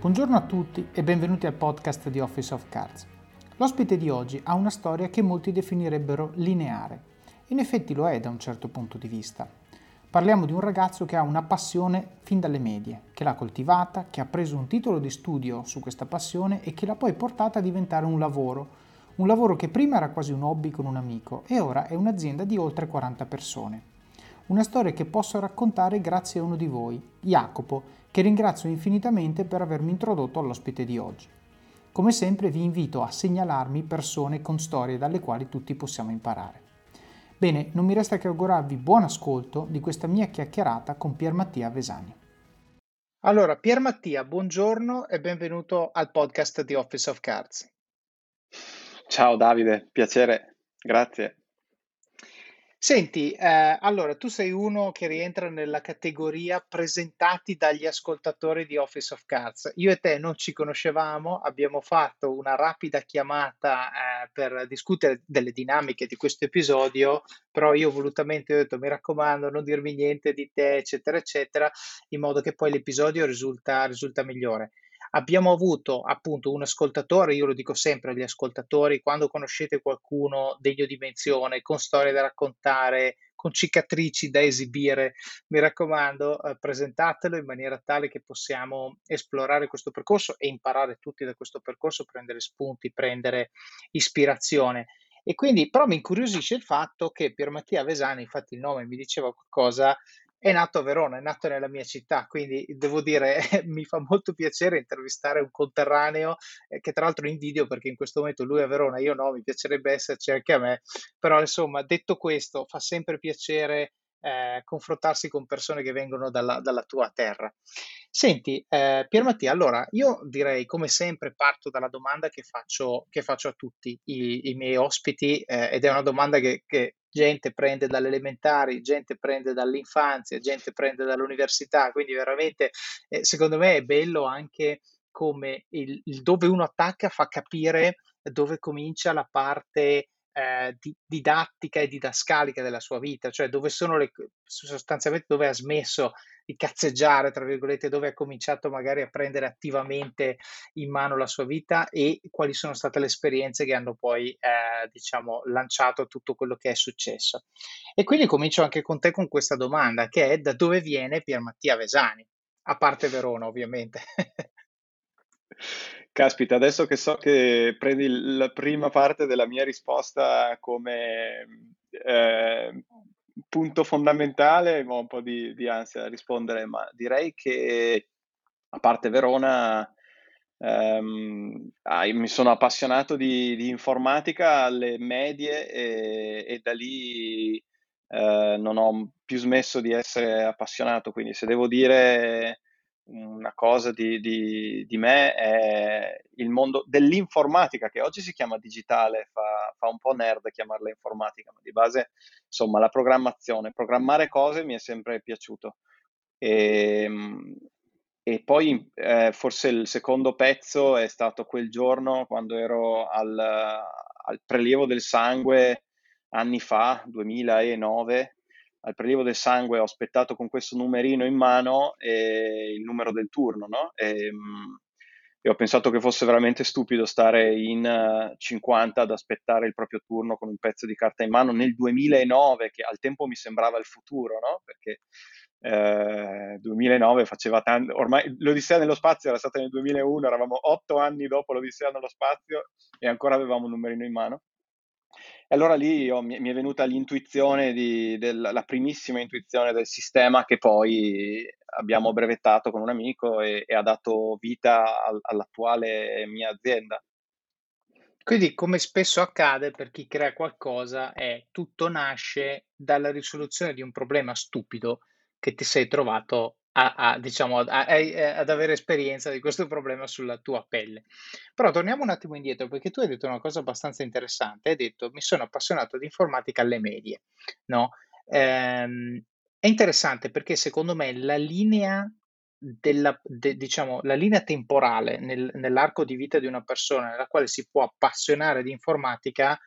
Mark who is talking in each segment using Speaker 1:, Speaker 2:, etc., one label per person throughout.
Speaker 1: Buongiorno a tutti e benvenuti al podcast di Office of Cards. L'ospite di oggi ha una storia che molti definirebbero lineare. In effetti lo è da un certo punto di vista. Parliamo di un ragazzo che ha una passione fin dalle medie, che l'ha coltivata, che ha preso un titolo di studio su questa passione e che l'ha poi portata a diventare un lavoro che prima era quasi un hobby con un amico e ora è un'azienda di oltre 40 persone. Una storia che posso raccontare grazie a uno di voi, Jacopo, che ringrazio infinitamente per avermi introdotto all'ospite di oggi. Come sempre vi invito a segnalarmi persone con storie dalle quali tutti possiamo imparare. Bene, non mi resta che augurarvi buon ascolto di questa mia chiacchierata con Pier Mattia Vesani. Allora, Pier Mattia, buongiorno e benvenuto al podcast di Office of Cards.
Speaker 2: Ciao Davide, piacere, grazie.
Speaker 1: Senti, allora tu sei uno che rientra nella categoria presentati dagli ascoltatori di Office of Cards. Io e te non ci conoscevamo, abbiamo fatto una rapida chiamata, per discutere delle dinamiche di questo episodio, però io volutamente ho detto, mi raccomando, non dirmi niente di te, eccetera, eccetera, in modo che poi l'episodio risulta migliore. Abbiamo avuto appunto un ascoltatore, io lo dico sempre agli ascoltatori, quando conoscete qualcuno degno di menzione, con storie da raccontare, con cicatrici da esibire, mi raccomando, presentatelo in maniera tale che possiamo esplorare questo percorso e imparare tutti da questo percorso, prendere spunti, prendere ispirazione. E quindi, però mi incuriosisce il fatto che Pier Mattia Vesani, infatti il nome mi diceva qualcosa, è nato a Verona, è nato nella mia città, quindi devo dire mi fa molto piacere intervistare un conterraneo, che tra l'altro invidio perché in questo momento lui è a Verona, io no, mi piacerebbe esserci anche a me, però insomma detto questo fa sempre piacere confrontarsi con persone che vengono dalla tua terra. Senti, Pier Mattia, allora io direi come sempre parto dalla domanda che faccio a tutti i miei ospiti, ed è una domanda che gente prende dalle elementari, gente prende dall'infanzia, gente prende dall'università, quindi veramente secondo me è bello anche come il dove uno attacca fa capire dove comincia la parte didattica e didascalica della sua vita, cioè dove sono sostanzialmente dove ha smesso di cazzeggiare, tra virgolette, dove ha cominciato magari a prendere attivamente in mano la sua vita e quali sono state le esperienze che hanno poi, diciamo, lanciato tutto quello che è successo. E quindi comincio anche con te con questa domanda, che è da dove viene Pier Mattia Vesani? A parte Verona, ovviamente.
Speaker 2: Caspita, adesso che so che prendi la prima parte della mia risposta come punto fondamentale, ho un po' di ansia a rispondere, ma direi che a parte Verona, mi sono appassionato di informatica alle medie e da lì non ho più smesso di essere appassionato, quindi se devo dire una cosa di me è il mondo dell'informatica, che oggi si chiama digitale, fa un po' nerd chiamarla informatica, ma di base, insomma, la programmazione, programmare cose mi è sempre piaciuto. E, e poi forse il secondo pezzo è stato quel giorno quando ero al prelievo del sangue anni fa, 2009. Al prelievo del sangue ho aspettato con questo numerino in mano il numero del turno, no? E ho pensato che fosse veramente stupido stare in 50 ad aspettare il proprio turno con un pezzo di carta in mano nel 2009, che al tempo mi sembrava il futuro, no? Perché 2009 faceva tanto, ormai l'Odissea nello spazio era stata nel 2001, eravamo 8 anni dopo l'Odissea nello spazio e ancora avevamo un numerino in mano. E allora lì mi è venuta l'intuizione, la primissima intuizione del sistema che poi abbiamo brevettato con un amico e ha dato vita all'attuale mia azienda.
Speaker 1: Quindi, come spesso accade per chi crea qualcosa, è tutto nasce dalla risoluzione di un problema stupido che ti sei trovato diciamo, ad avere esperienza di questo problema sulla tua pelle. Però torniamo un attimo indietro, perché tu hai detto una cosa abbastanza interessante. Hai detto, mi sono appassionato di informatica alle medie, no? È interessante perché secondo me la linea diciamo, la linea temporale nell'arco di vita di una persona nella quale si può appassionare di informatica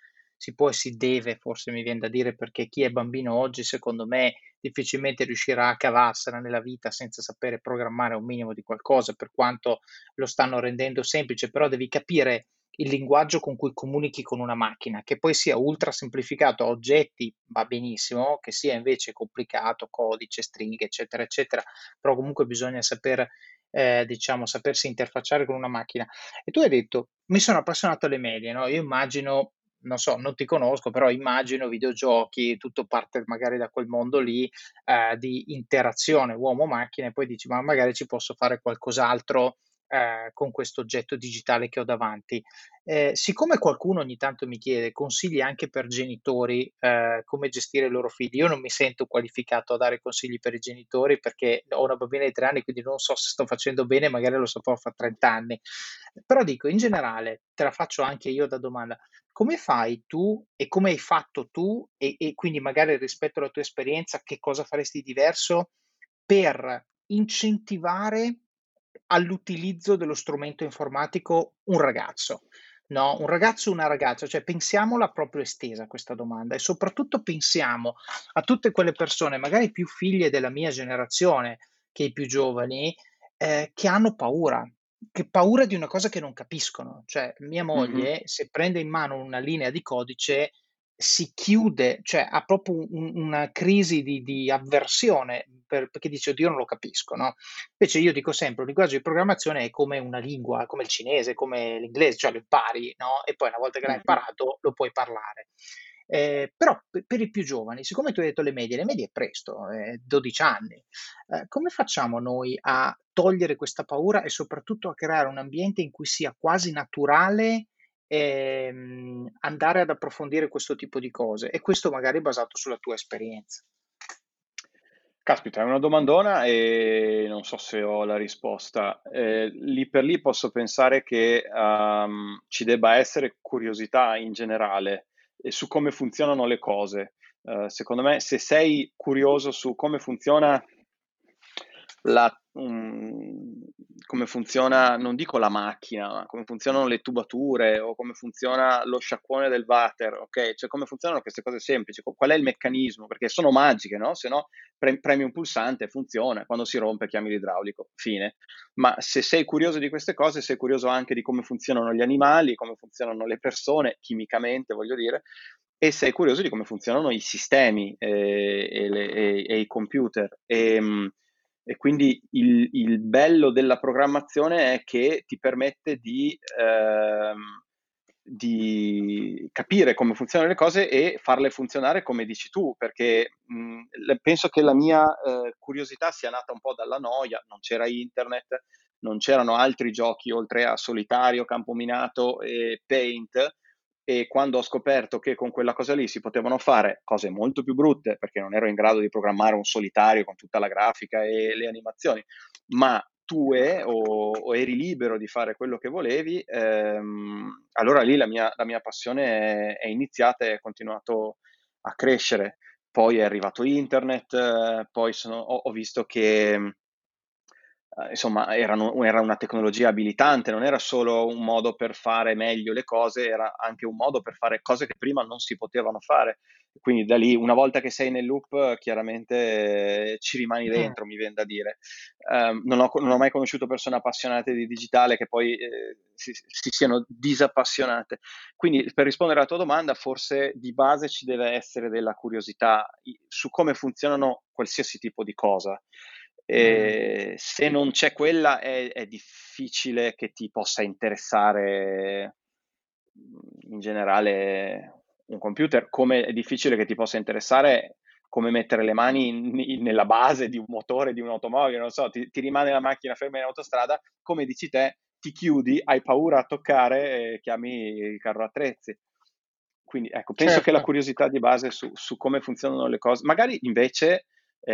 Speaker 1: si può e si deve, forse mi viene da dire, perché chi è bambino oggi, secondo me, difficilmente riuscirà a cavarsela nella vita senza sapere programmare un minimo di qualcosa, per quanto lo stanno rendendo semplice, però devi capire il linguaggio con cui comunichi con una macchina, che poi sia ultra semplificato a oggetti va benissimo, che sia invece complicato, codice, stringhe, eccetera, eccetera, però comunque bisogna saper, diciamo, sapersi interfacciare con una macchina. E tu hai detto, mi sono appassionato alle medie, no? Io immagino, non so, non ti conosco, però immagino videogiochi, tutto parte magari da quel mondo lì, di interazione uomo-macchina, e poi dici, ma magari ci posso fare qualcos'altro con questo oggetto digitale che ho davanti. Siccome qualcuno ogni tanto mi chiede consigli anche per genitori, come gestire i loro figli, io non mi sento qualificato a dare consigli per i genitori perché ho una bambina di 3 anni, quindi non so se sto facendo bene, magari lo saprò fra 30 anni. Però dico, in generale, te la faccio anche io da domanda, come fai tu e come hai fatto tu e quindi magari rispetto alla tua esperienza, che cosa faresti di diverso per incentivare all'utilizzo dello strumento informatico un ragazzo, no, un ragazzo o una ragazza, cioè pensiamola proprio estesa questa domanda e soprattutto pensiamo a tutte quelle persone, magari più figlie della mia generazione che i più giovani, che hanno paura, che paura di una cosa che non capiscono. Cioè mia
Speaker 2: Mh-mh.
Speaker 1: moglie se prende in mano una linea di codice si chiude, cioè ha proprio una crisi di avversione perché dice: "Oddio non lo capisco", no? Invece io dico sempre: un linguaggio di programmazione è come una lingua, come il cinese, come l'inglese, cioè lo impari, no, e poi una volta che l'hai
Speaker 2: Mh-mh.
Speaker 1: imparato lo puoi parlare. Però per i più giovani, siccome tu hai detto le medie è presto, 12 anni, come facciamo noi a togliere questa paura e soprattutto a creare un ambiente in cui sia quasi naturale, andare ad approfondire questo tipo di cose? E questo magari basato sulla tua esperienza.
Speaker 2: Caspita, è una domandona e non so se ho la risposta. Lì per lì posso pensare che, ci debba essere curiosità in generale e su come funzionano le cose. Secondo me se sei curioso su come funziona la come funziona, non dico la macchina, ma come funzionano le tubature o come funziona lo sciacquone del water, okay, cioè come funzionano queste cose semplici, qual è il meccanismo, perché sono magiche, no, se no premi un pulsante, funziona, quando si rompe chiami l'idraulico, fine. Ma se sei curioso di queste cose, sei curioso anche di come funzionano gli animali, come funzionano le persone, chimicamente voglio dire, e sei curioso di come funzionano i sistemi, e i computer. E quindi il bello della programmazione è che ti permette di capire come funzionano le cose e farle funzionare come dici tu, perché, penso che la mia, curiosità sia nata un po' dalla noia, non c'era internet, non c'erano altri giochi oltre a Solitario, Campo Minato e Paint, e quando ho scoperto che con quella cosa lì si potevano fare cose molto più brutte, perché non ero in grado di programmare un Solitario con tutta la grafica e le animazioni, ma tue o eri libero di fare quello che volevi, allora lì la mia passione è iniziata e ha continuato a crescere. Poi è arrivato internet, poi ho visto che insomma era una tecnologia abilitante, non era solo un modo per fare meglio le cose, era anche un modo per fare cose che prima non si potevano fare. Quindi da lì, una volta che sei nel loop, chiaramente ci rimani
Speaker 1: Mh.
Speaker 2: dentro, mi vien da dire. Non ho mai conosciuto persone appassionate di digitale che poi, si siano disappassionate. Quindi per rispondere alla tua domanda, forse di base ci deve essere della curiosità su come funzionano qualsiasi tipo di cosa.
Speaker 1: Mh.
Speaker 2: Se non c'è quella è difficile che ti possa interessare, in generale un computer, come è difficile che ti possa interessare come mettere le mani nella base di un motore di un'automobile, non so, ti rimane la macchina ferma in autostrada, come dici te, ti chiudi, hai paura a toccare e chiami il carro attrezzi. Quindi ecco, penso che la
Speaker 1: Certo.
Speaker 2: curiosità di base su come funzionano le cose magari invece,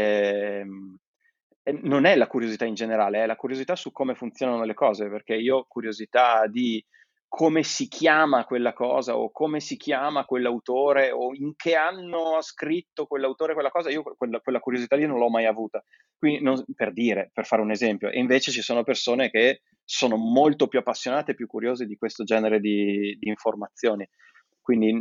Speaker 2: ehm, non è la curiosità in generale, è la curiosità su come funzionano le cose, perché io ho curiosità di come si chiama quella cosa o come si chiama quell'autore o in che anno ha scritto quell'autore quella cosa, io quella curiosità lì non l'ho mai avuta. Quindi non per dire, per fare un esempio, e invece ci sono persone che sono molto più appassionate e più curiose di questo genere di informazioni. Quindi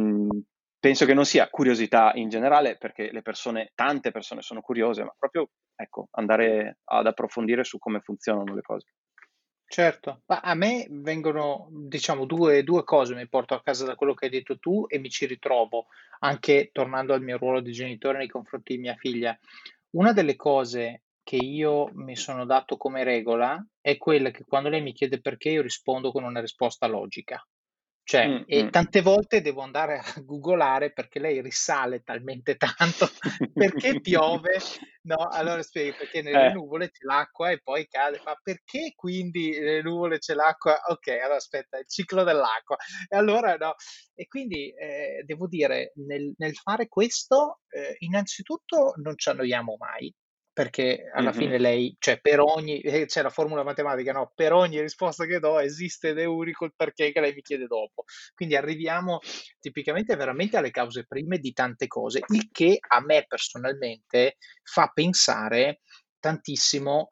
Speaker 2: penso che non sia curiosità in generale, perché tante persone sono curiose, ma proprio, ecco, andare ad approfondire su come funzionano le cose.
Speaker 1: Certo, ma a me vengono, diciamo, due cose mi porto a casa da quello che hai detto tu e mi ci ritrovo, anche tornando al mio ruolo di genitore nei confronti di mia figlia. Una delle cose che io mi sono dato come regola è quella che quando lei mi chiede perché io rispondo con una risposta logica. Cioè,
Speaker 2: Mm,
Speaker 1: e
Speaker 2: mm.
Speaker 1: tante volte devo andare a googolare perché lei risale talmente tanto perché piove. No, allora spieghi perché nelle
Speaker 2: Eh,
Speaker 1: nuvole c'è l'acqua e poi cade, ma perché quindi nelle nuvole c'è l'acqua? Okay, allora aspetta, il ciclo dell'acqua. E allora no. E quindi, devo dire nel fare questo, innanzitutto non ci annoiamo mai, perché alla
Speaker 2: mhm,
Speaker 1: fine lei cioè per ogni c'è la formula matematica, no, per ogni risposta che do esiste ed è unico il perché che lei mi chiede dopo. Quindi arriviamo tipicamente veramente alle cause prime di tante cose, il che a me personalmente fa pensare tantissimo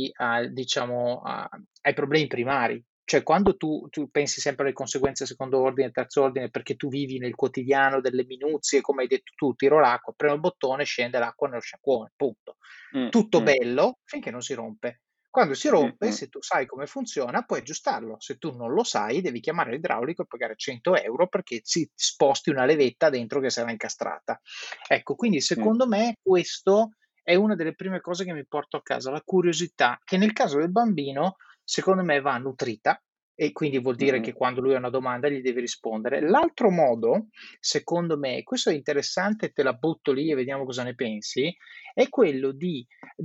Speaker 1: diciamo, ai problemi primari. Cioè, quando tu pensi sempre alle conseguenze secondo ordine, terzo ordine, perché tu vivi nel quotidiano delle minuzie, come hai detto tu, tiro l'acqua, premo il bottone, scende l'acqua nello sciacquone, punto.
Speaker 2: mm,
Speaker 1: Tutto
Speaker 2: mm,
Speaker 1: bello finché non si rompe. Quando si
Speaker 2: mm,
Speaker 1: rompe,
Speaker 2: mm,
Speaker 1: se tu sai come funziona, puoi aggiustarlo. Se tu non lo sai, devi chiamare l'idraulico e pagare 100 € perché si sposti una levetta dentro che sarà incastrata. Ecco, quindi
Speaker 2: mm,
Speaker 1: secondo me questo è una delle prime cose che mi porto a casa, la curiosità, che nel caso del bambino, secondo me, va nutrita e quindi vuol
Speaker 2: mm,
Speaker 1: dire
Speaker 2: mm,
Speaker 1: che quando lui ha una domanda gli devi rispondere. L'altro modo, secondo me, e questo è interessante, te la butto lì e vediamo cosa ne pensi, è quello di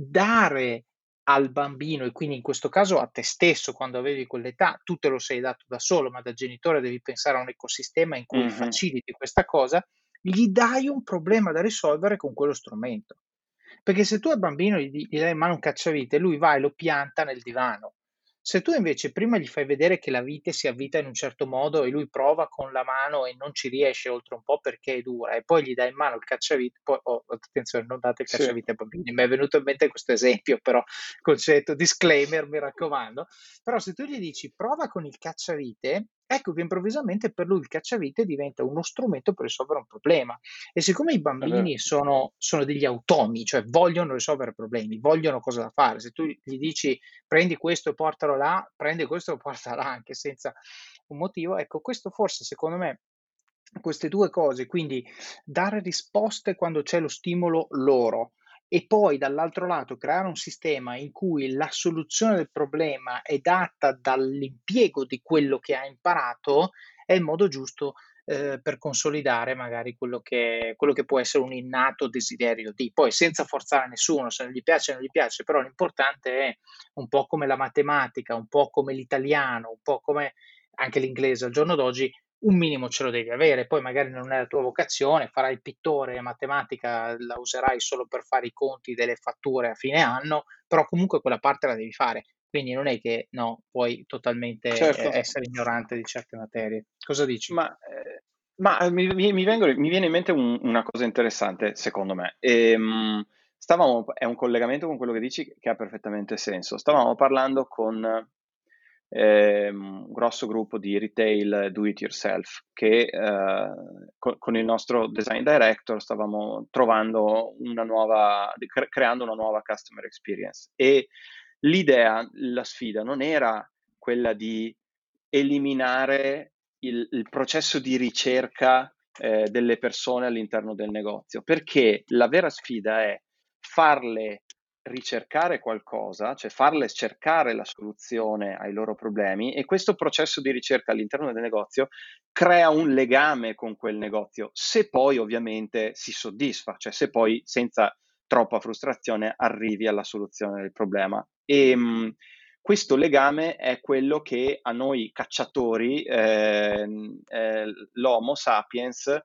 Speaker 1: dare al bambino e quindi in questo caso a te stesso quando avevi quell'età, tu te lo sei dato da solo, ma da genitore devi pensare a un ecosistema in cui
Speaker 2: mhm.
Speaker 1: faciliti questa cosa, gli dai un problema da risolvere con quello strumento. Perché se tu al bambino gli dai in mano un cacciavite, lui va e lo pianta nel divano. Se tu invece prima gli fai vedere che la vite si avvita in un certo modo e lui prova con la mano e non ci riesce oltre un po' perché è dura, e poi gli dai in mano il cacciavite, poi attenzione, non date il
Speaker 2: Sì,
Speaker 1: cacciavite ai bambini. Mi è venuto in mente questo esempio, però concetto, disclaimer, mi raccomando. Però se tu gli dici prova con il cacciavite, ecco che improvvisamente per lui il cacciavite diventa uno strumento per risolvere un problema. E siccome i
Speaker 2: è vero.
Speaker 1: bambini sono degli automi, cioè vogliono risolvere problemi, vogliono cosa da fare, se tu gli dici prendi questo e portalo là, prende questo e porta là anche senza un motivo, ecco questo forse secondo me, queste 2 cose, quindi dare risposte quando c'è lo stimolo loro e poi dall'altro lato creare un sistema in cui la soluzione del problema è data dall'impiego di quello che ha imparato, è il modo giusto per consolidare magari quello che può essere un innato desiderio di. Poi senza forzare nessuno, se non gli piace non gli piace, però l'importante è un po' come la matematica, un po' come l'italiano, un po' come anche l'inglese al giorno d'oggi, un minimo ce lo devi avere. Poi magari non è la tua vocazione, farai il pittore, matematica la userai solo per fare i conti delle fatture a fine anno, però comunque quella parte la devi fare. Quindi non è che no, puoi totalmente
Speaker 2: Certo.
Speaker 1: essere ignorante di certe materie. Cosa dici?
Speaker 2: Mi viene in mente una cosa interessante, secondo me. È un collegamento con quello che dici che ha perfettamente senso. Stavamo parlando con un grosso gruppo di retail do it yourself che con il nostro design director stavamo creando una nuova customer experience. E l'idea, la sfida non era quella di eliminare il processo di ricerca delle persone all'interno del negozio, perché la vera sfida è farle ricercare qualcosa, cioè farle cercare la soluzione ai loro problemi, e questo processo di ricerca all'interno del negozio crea un legame con quel negozio, se poi ovviamente si soddisfa, cioè se poi senza troppa frustrazione arrivi alla soluzione del problema. Questo legame è quello che a noi cacciatori, l'Homo sapiens,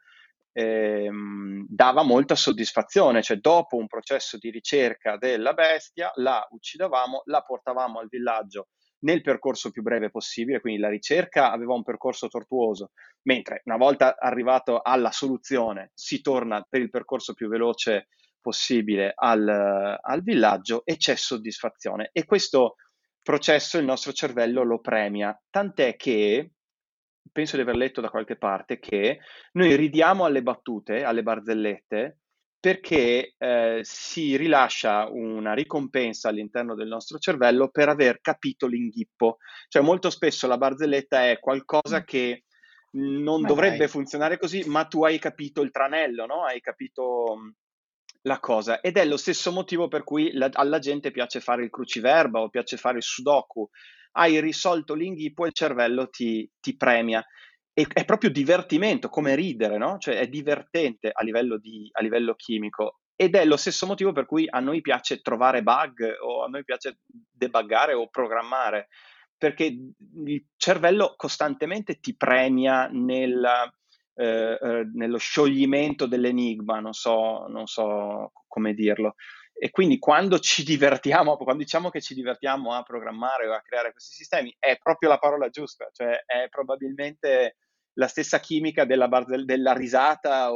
Speaker 2: dava molta soddisfazione, cioè dopo un processo di ricerca della bestia, la uccidevamo, la portavamo al villaggio nel percorso più breve possibile, quindi la ricerca aveva un percorso tortuoso, mentre una volta arrivato alla soluzione si torna per il percorso più veloce possibile al villaggio e c'è soddisfazione. E questo processo il nostro cervello lo premia, tant'è che penso di aver letto da qualche parte che noi ridiamo alle battute, alle barzellette, perché si rilascia una ricompensa all'interno del nostro cervello per aver capito l'inghippo. Cioè molto spesso la barzelletta è qualcosa
Speaker 1: Mm.
Speaker 2: che non
Speaker 1: Ma
Speaker 2: dovrebbe
Speaker 1: dai,
Speaker 2: funzionare così, ma tu hai capito il tranello, no? Hai capito la cosa. Ed è lo stesso motivo per cui alla gente piace fare il cruciverba o piace fare il sudoku. Hai risolto l'inghippo e il cervello ti premia. E è proprio divertimento, come ridere, no? Cioè è divertente a livello chimico. Ed è lo stesso motivo per cui a noi piace trovare bug o a noi piace debuggare o programmare, perché il cervello costantemente ti premia nello scioglimento dell'enigma, non so come dirlo. E quindi quando ci divertiamo, quando diciamo che ci divertiamo a programmare o a creare questi sistemi, è proprio la parola giusta, cioè è probabilmente la stessa chimica della risata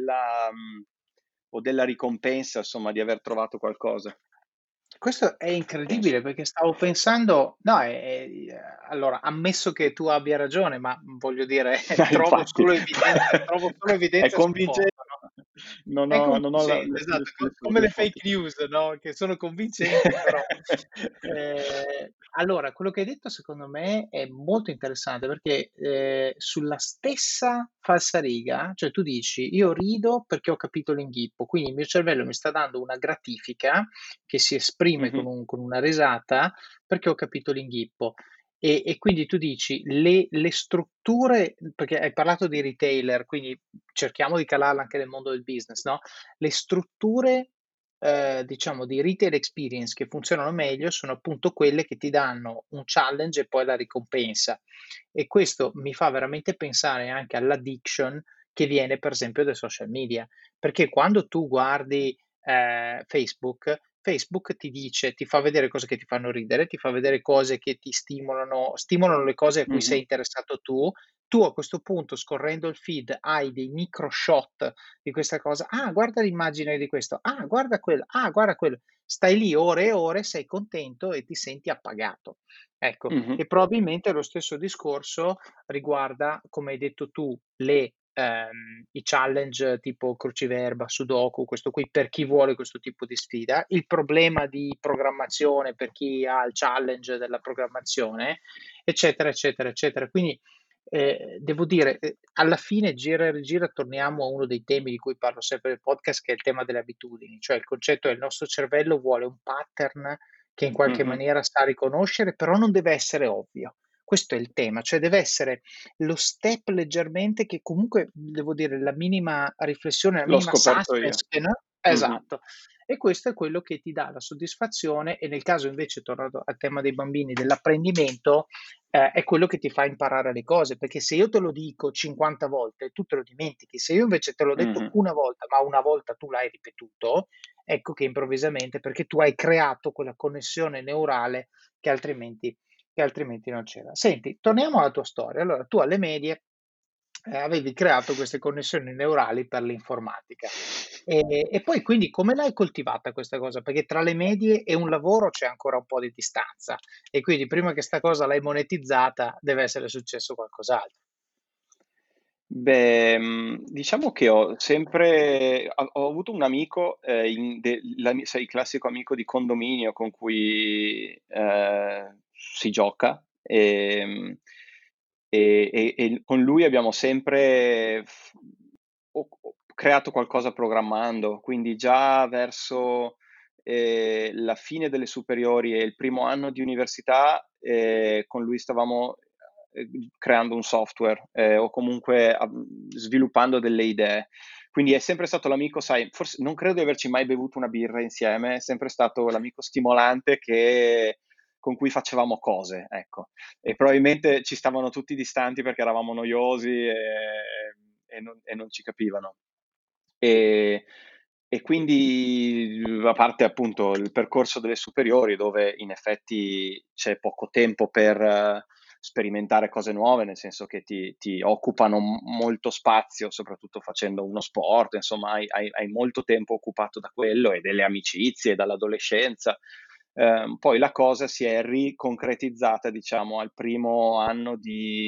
Speaker 2: o della ricompensa, insomma, di aver trovato qualcosa.
Speaker 1: questo è incredibile perché stavo pensando, no, allora, ammesso che tu abbia ragione, ma voglio dire,
Speaker 2: Infatti,
Speaker 1: trovo solo
Speaker 2: è
Speaker 1: evidenze
Speaker 2: convincente,
Speaker 1: supporto, no?
Speaker 2: non
Speaker 1: È
Speaker 2: ho, non ho
Speaker 1: convincente, esatto, come
Speaker 2: le
Speaker 1: le fake
Speaker 2: fonti.
Speaker 1: news, no? Che sono convincenti, però. Allora, quello che hai detto secondo me è molto interessante perché sulla stessa falsariga, cioè tu dici, io rido perché ho capito l'inghippo, quindi il mio cervello mi sta dando una gratifica che si esprime
Speaker 2: Mhm,
Speaker 1: con una risata perché ho capito l'inghippo. E quindi tu dici le strutture, perché hai parlato di retailer, quindi cerchiamo di calarla anche nel mondo del business, no? Le strutture, diciamo, di retail experience che funzionano meglio sono appunto quelle che ti danno un challenge e poi la ricompensa. E questo mi fa veramente pensare anche all'addiction che viene, per esempio, dai social media, perché quando tu guardi Facebook ti dice, ti fa vedere cose che ti fanno ridere, ti fa vedere cose che ti stimolano le cose a cui sei
Speaker 2: mhm,
Speaker 1: interessato tu. Tu a questo punto, scorrendo il feed, hai dei micro shot di questa cosa. Ah, guarda l'immagine di questo. Ah, guarda quello. Ah, guarda quello. Stai lì ore e ore, sei contento e ti senti appagato. Ecco,
Speaker 2: mhm,
Speaker 1: e probabilmente lo stesso discorso riguarda, come hai detto tu, i challenge tipo cruciverba, sudoku, questo qui per chi vuole questo tipo di sfida, il problema di programmazione per chi ha il challenge della programmazione, eccetera, eccetera, eccetera. Quindi devo dire, alla fine gira e rigira torniamo a uno dei temi di cui parlo sempre nel podcast, che è il tema delle abitudini, cioè il concetto è il nostro cervello vuole un pattern che in qualche
Speaker 2: mhm.
Speaker 1: maniera sa riconoscere, però non deve essere ovvio. Questo è il tema, cioè deve essere lo step leggermente che comunque, devo dire, la minima riflessione, la
Speaker 2: L'ho
Speaker 1: minima
Speaker 2: scoperto io.
Speaker 1: suspense che no
Speaker 2: Mhm,
Speaker 1: esatto. E questo è quello che ti dà la soddisfazione e nel caso invece, tornando al tema dei bambini, dell'apprendimento, è quello che ti fa imparare le cose, perché se io te lo dico 50 volte, tu te lo dimentichi. Se io invece te l'ho detto
Speaker 2: mhm.
Speaker 1: una volta, ma una volta tu l'hai ripetuto, ecco che improvvisamente, perché tu hai creato quella connessione neurale che altrimenti non c'era. Senti, torniamo alla tua storia. Allora, tu alle medie avevi creato queste connessioni neurali per l'informatica. E poi quindi come l'hai coltivata questa cosa? Perché tra le medie e un lavoro c'è ancora un po' di distanza e quindi prima che sta cosa l'hai monetizzata deve essere successo qualcos'altro.
Speaker 2: Beh, diciamo che ho avuto un amico, sai, il classico amico di condominio con cui si gioca, e con lui abbiamo sempre creato qualcosa programmando, quindi già verso la fine delle superiori e il primo anno di università, con lui stavamo creando un software o comunque sviluppando delle idee. Quindi è sempre stato l'amico, sai, forse non credo di averci mai bevuto una birra insieme, è sempre stato l'amico stimolante con cui facevamo cose, ecco. E probabilmente ci stavano tutti distanti perché eravamo noiosi e non ci capivano. E, e quindi, a parte appunto il percorso delle superiori, dove in effetti c'è poco tempo per sperimentare cose nuove, nel senso che ti occupano molto spazio, soprattutto facendo uno sport, insomma, hai molto tempo occupato da quello e delle amicizie dall'adolescenza. Poi la cosa si è riconcretizzata, diciamo, al primo anno di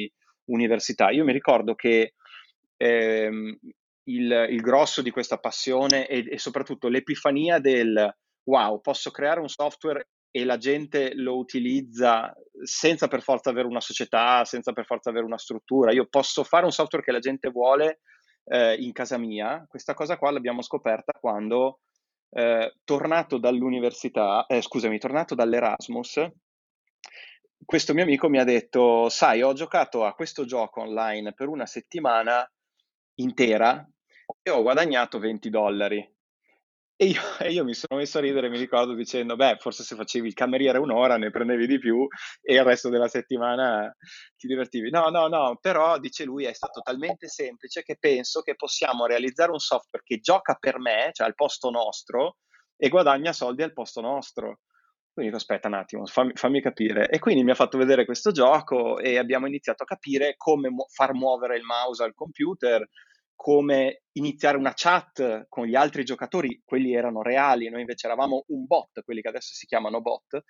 Speaker 2: università. Io mi ricordo che ehm, il grosso di questa passione e soprattutto l'epifania del wow, posso creare un software e la gente lo utilizza senza per forza avere una società, senza per forza avere una struttura. Io posso fare un software che la gente vuole in casa mia. Questa cosa qua l'abbiamo scoperta quando, tornato dall'università, scusami, tornato dall'Erasmus, questo mio amico mi ha detto, sai, ho giocato a questo gioco online per una settimana intera e ho guadagnato $20. E io mi sono messo a ridere, mi ricordo, dicendo, beh, forse se facevi il cameriere un'ora ne prendevi di più e il resto della settimana ti divertivi. No, no, no, però, dice lui, è stato talmente semplice che penso che possiamo realizzare un software che gioca per me, cioè al posto nostro, e guadagna soldi al posto nostro. Quindi dico, aspetta un attimo, fammi capire. E quindi mi ha fatto vedere questo gioco e abbiamo iniziato a capire come far muovere il mouse al computer, come iniziare una chat con gli altri giocatori, quelli erano reali, noi invece eravamo un bot, quelli che adesso si chiamano bot.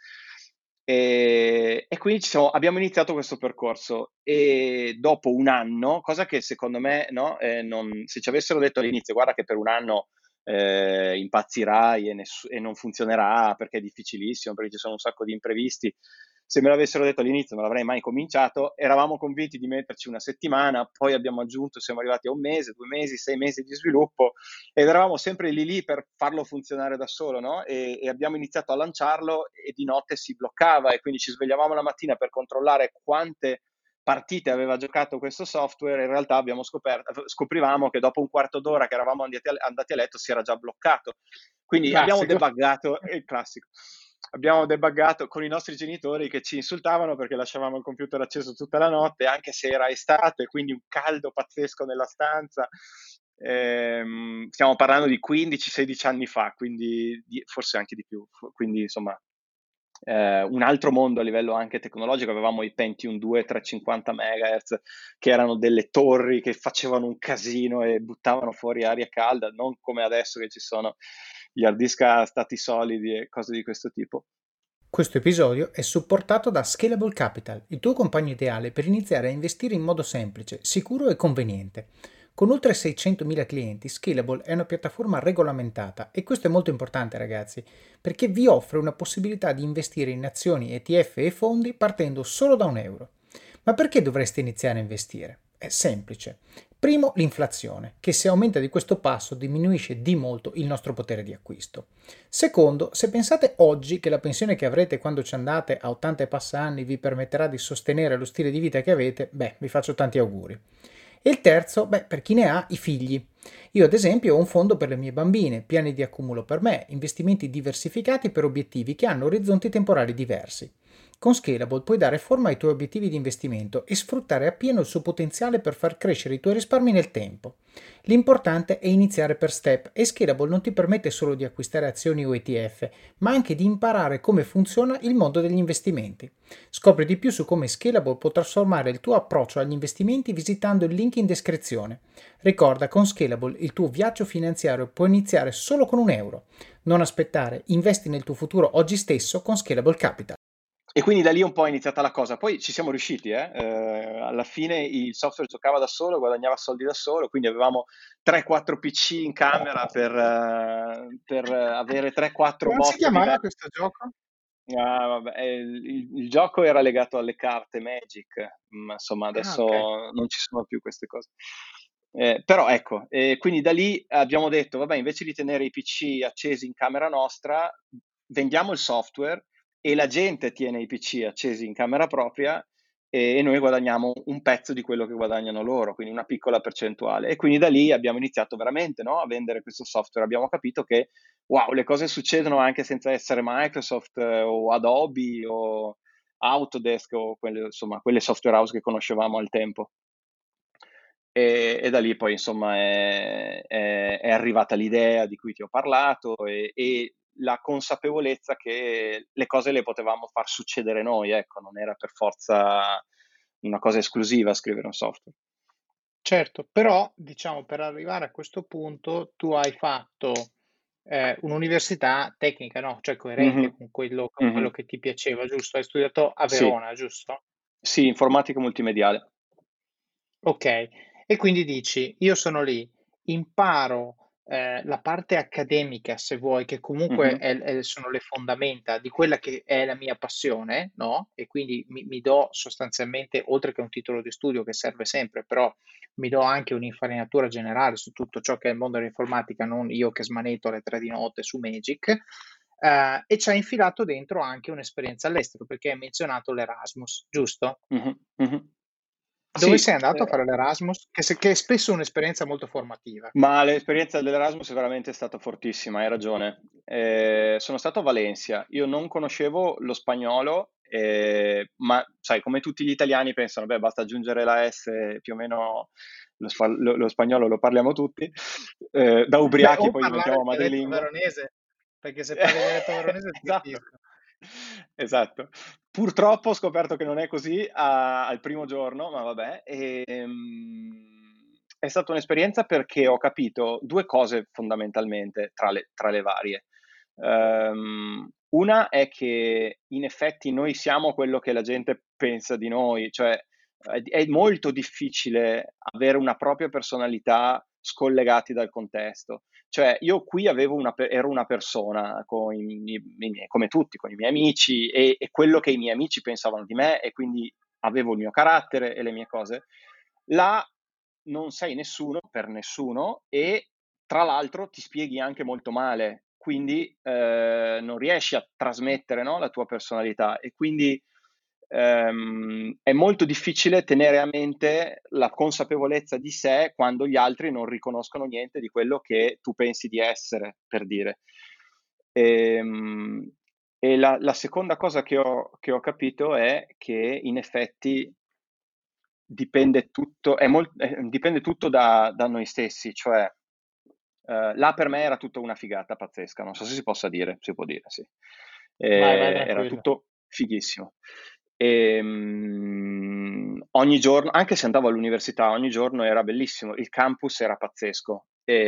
Speaker 2: E quindi abbiamo iniziato questo percorso e dopo un anno, cosa che secondo me, no, se ci avessero detto all'inizio, guarda che per un anno impazzirai e non funzionerà perché è difficilissimo, perché ci sono un sacco di imprevisti. Se me l'avessero detto all'inizio non avrei mai cominciato. Eravamo convinti di metterci una settimana, poi abbiamo aggiunto, siamo arrivati a un mese, 2 mesi, 6 mesi di sviluppo ed eravamo sempre lì per farlo funzionare da solo, no? E abbiamo iniziato a lanciarlo e di notte si bloccava e quindi ci svegliavamo la mattina per controllare quante partite aveva giocato questo software. In realtà scoprivamo che dopo un quarto d'ora che eravamo andati a letto si era già bloccato. Quindi abbiamo
Speaker 1: Classico.
Speaker 2: debuggato, è il classico, abbiamo debuggato con i nostri genitori che ci insultavano perché lasciavamo il computer acceso tutta la notte, anche se era estate, quindi un caldo pazzesco nella stanza. Stiamo parlando di 15-16 anni fa, quindi forse anche di più. Quindi insomma, un altro mondo a livello anche tecnologico. Avevamo i Pentium 2 350 MHz, che erano delle torri che facevano un casino e buttavano fuori aria calda, non come adesso che ci sono gli hard disk a stati solidi e cose di questo tipo.
Speaker 3: Questo episodio è supportato da Scalable Capital, il tuo compagno ideale per iniziare a investire in modo semplice, sicuro e conveniente. Con oltre 600.000 clienti, Scalable è una piattaforma regolamentata e questo è molto importante ragazzi, perché vi offre una possibilità di investire in azioni, ETF e fondi partendo solo da €1. Ma perché dovreste iniziare a investire? È semplice. Primo, l'inflazione, che se aumenta di questo passo diminuisce di molto il nostro potere di acquisto. Secondo, se pensate oggi che la pensione che avrete quando ci andate a 80 e passa anni vi permetterà di sostenere lo stile di vita che avete, beh, vi faccio tanti auguri. E il terzo, beh, per chi ne ha, i figli. Io ad esempio ho un fondo per le mie bambine, piani di accumulo per me, investimenti diversificati per obiettivi che hanno orizzonti temporali diversi. Con Scalable puoi dare forma ai tuoi obiettivi di investimento e sfruttare appieno il suo potenziale per far crescere i tuoi risparmi nel tempo. L'importante è iniziare per step e Scalable non ti permette solo di acquistare azioni o ETF, ma anche di imparare come funziona il mondo degli investimenti. Scopri di più su come Scalable può trasformare il tuo approccio agli investimenti visitando il link in descrizione. Ricorda, con Scalable il tuo viaggio finanziario può iniziare solo con €1. Non aspettare, investi nel tuo futuro oggi stesso con Scalable Capital.
Speaker 2: E quindi da lì un po' è iniziata la cosa. Poi ci siamo riusciti, alla fine il software giocava da solo, guadagnava soldi da solo, quindi avevamo 3-4 PC in camera per avere 3-4
Speaker 1: Come si
Speaker 2: bot
Speaker 1: chiamava
Speaker 2: diversi.
Speaker 1: questo gioco?
Speaker 2: Ah, vabbè, il gioco era legato alle carte Magic, ma insomma
Speaker 1: Ah, ok.
Speaker 2: adesso non ci sono più queste cose. Però ecco, quindi da lì abbiamo detto, vabbè, invece di tenere i PC accesi in camera nostra, vendiamo il software e la gente tiene i PC accesi in camera propria e noi guadagniamo un pezzo di quello che guadagnano loro, quindi una piccola percentuale. E quindi da lì abbiamo iniziato veramente, no, a vendere questo software. Abbiamo capito che wow, le cose succedono anche senza essere Microsoft o Adobe o Autodesk o insomma, quelle software house che conoscevamo al tempo. E da lì poi insomma è arrivata l'idea di cui ti ho parlato e la consapevolezza che le cose le potevamo far succedere noi, ecco, non era per forza una cosa esclusiva scrivere un software.
Speaker 1: Certo, però diciamo per arrivare a questo punto tu hai fatto un'università tecnica, no? Cioè coerente
Speaker 2: Mhm,
Speaker 1: con quello
Speaker 2: mhm.
Speaker 1: che ti piaceva, giusto? Hai studiato a
Speaker 2: Sì,
Speaker 1: Verona, giusto?
Speaker 2: sì, informatica multimediale.
Speaker 1: Ok, e quindi dici, io sono lì, imparo la parte accademica, se vuoi, che comunque
Speaker 2: Mhm,
Speaker 1: sono le fondamenta di quella che è la mia passione, no? E quindi mi do sostanzialmente, oltre che un titolo di studio che serve sempre, però mi do anche un'infarinatura generale su tutto ciò che è il mondo dell'informatica, non io che smaneto alle 3 di notte su Magic. E ci ha infilato dentro anche un'esperienza all'estero, perché hai menzionato l'Erasmus, giusto?
Speaker 2: mhm, mhm.
Speaker 1: Dove
Speaker 2: Sì,
Speaker 1: sei andato a fare l'Erasmus? Che è spesso un'esperienza molto formativa.
Speaker 2: ma l'esperienza dell'Erasmus è veramente stata fortissima, hai ragione. Sono stato a Valencia, io non conoscevo lo spagnolo, ma sai, come tutti gli italiani pensano, beh, basta aggiungere la S, più o meno lo spagnolo lo parliamo tutti. Da ubriachi
Speaker 1: O
Speaker 2: poi
Speaker 1: parlare
Speaker 2: diventiamo
Speaker 1: il dialetto
Speaker 2: madrelingua.
Speaker 1: veronese, perché se parli il dialetto veronese ti
Speaker 2: Esatto,
Speaker 1: capisco.
Speaker 2: esatto. Purtroppo ho scoperto che non è così al primo giorno, ma vabbè. È stata un'esperienza perché ho capito due cose fondamentalmente tra le varie. Una è che in effetti noi siamo quello che la gente pensa di noi, cioè è molto difficile avere una propria personalità scollegati dal contesto. Cioè, io qui ero una persona come tutti, con i miei amici e quello che i miei amici pensavano di me e quindi avevo il mio carattere e le mie cose. Là non sei nessuno per nessuno e tra l'altro ti spieghi anche molto male, quindi non riesci a trasmettere, no, la tua personalità e quindi è molto difficile tenere a mente la consapevolezza di sé quando gli altri non riconoscono niente di quello che tu pensi di essere, per dire. Ehm, E, la seconda cosa che ho capito è che in effetti dipende tutto da noi stessi, cioè là per me era tutta una figata pazzesca, non so se si possa dire, si può dire, sì.
Speaker 1: Vai
Speaker 2: Era
Speaker 1: tranquillo.
Speaker 2: tutto fighissimo. Ogni giorno, anche se andavo all'università, ogni giorno era bellissimo, il campus era pazzesco.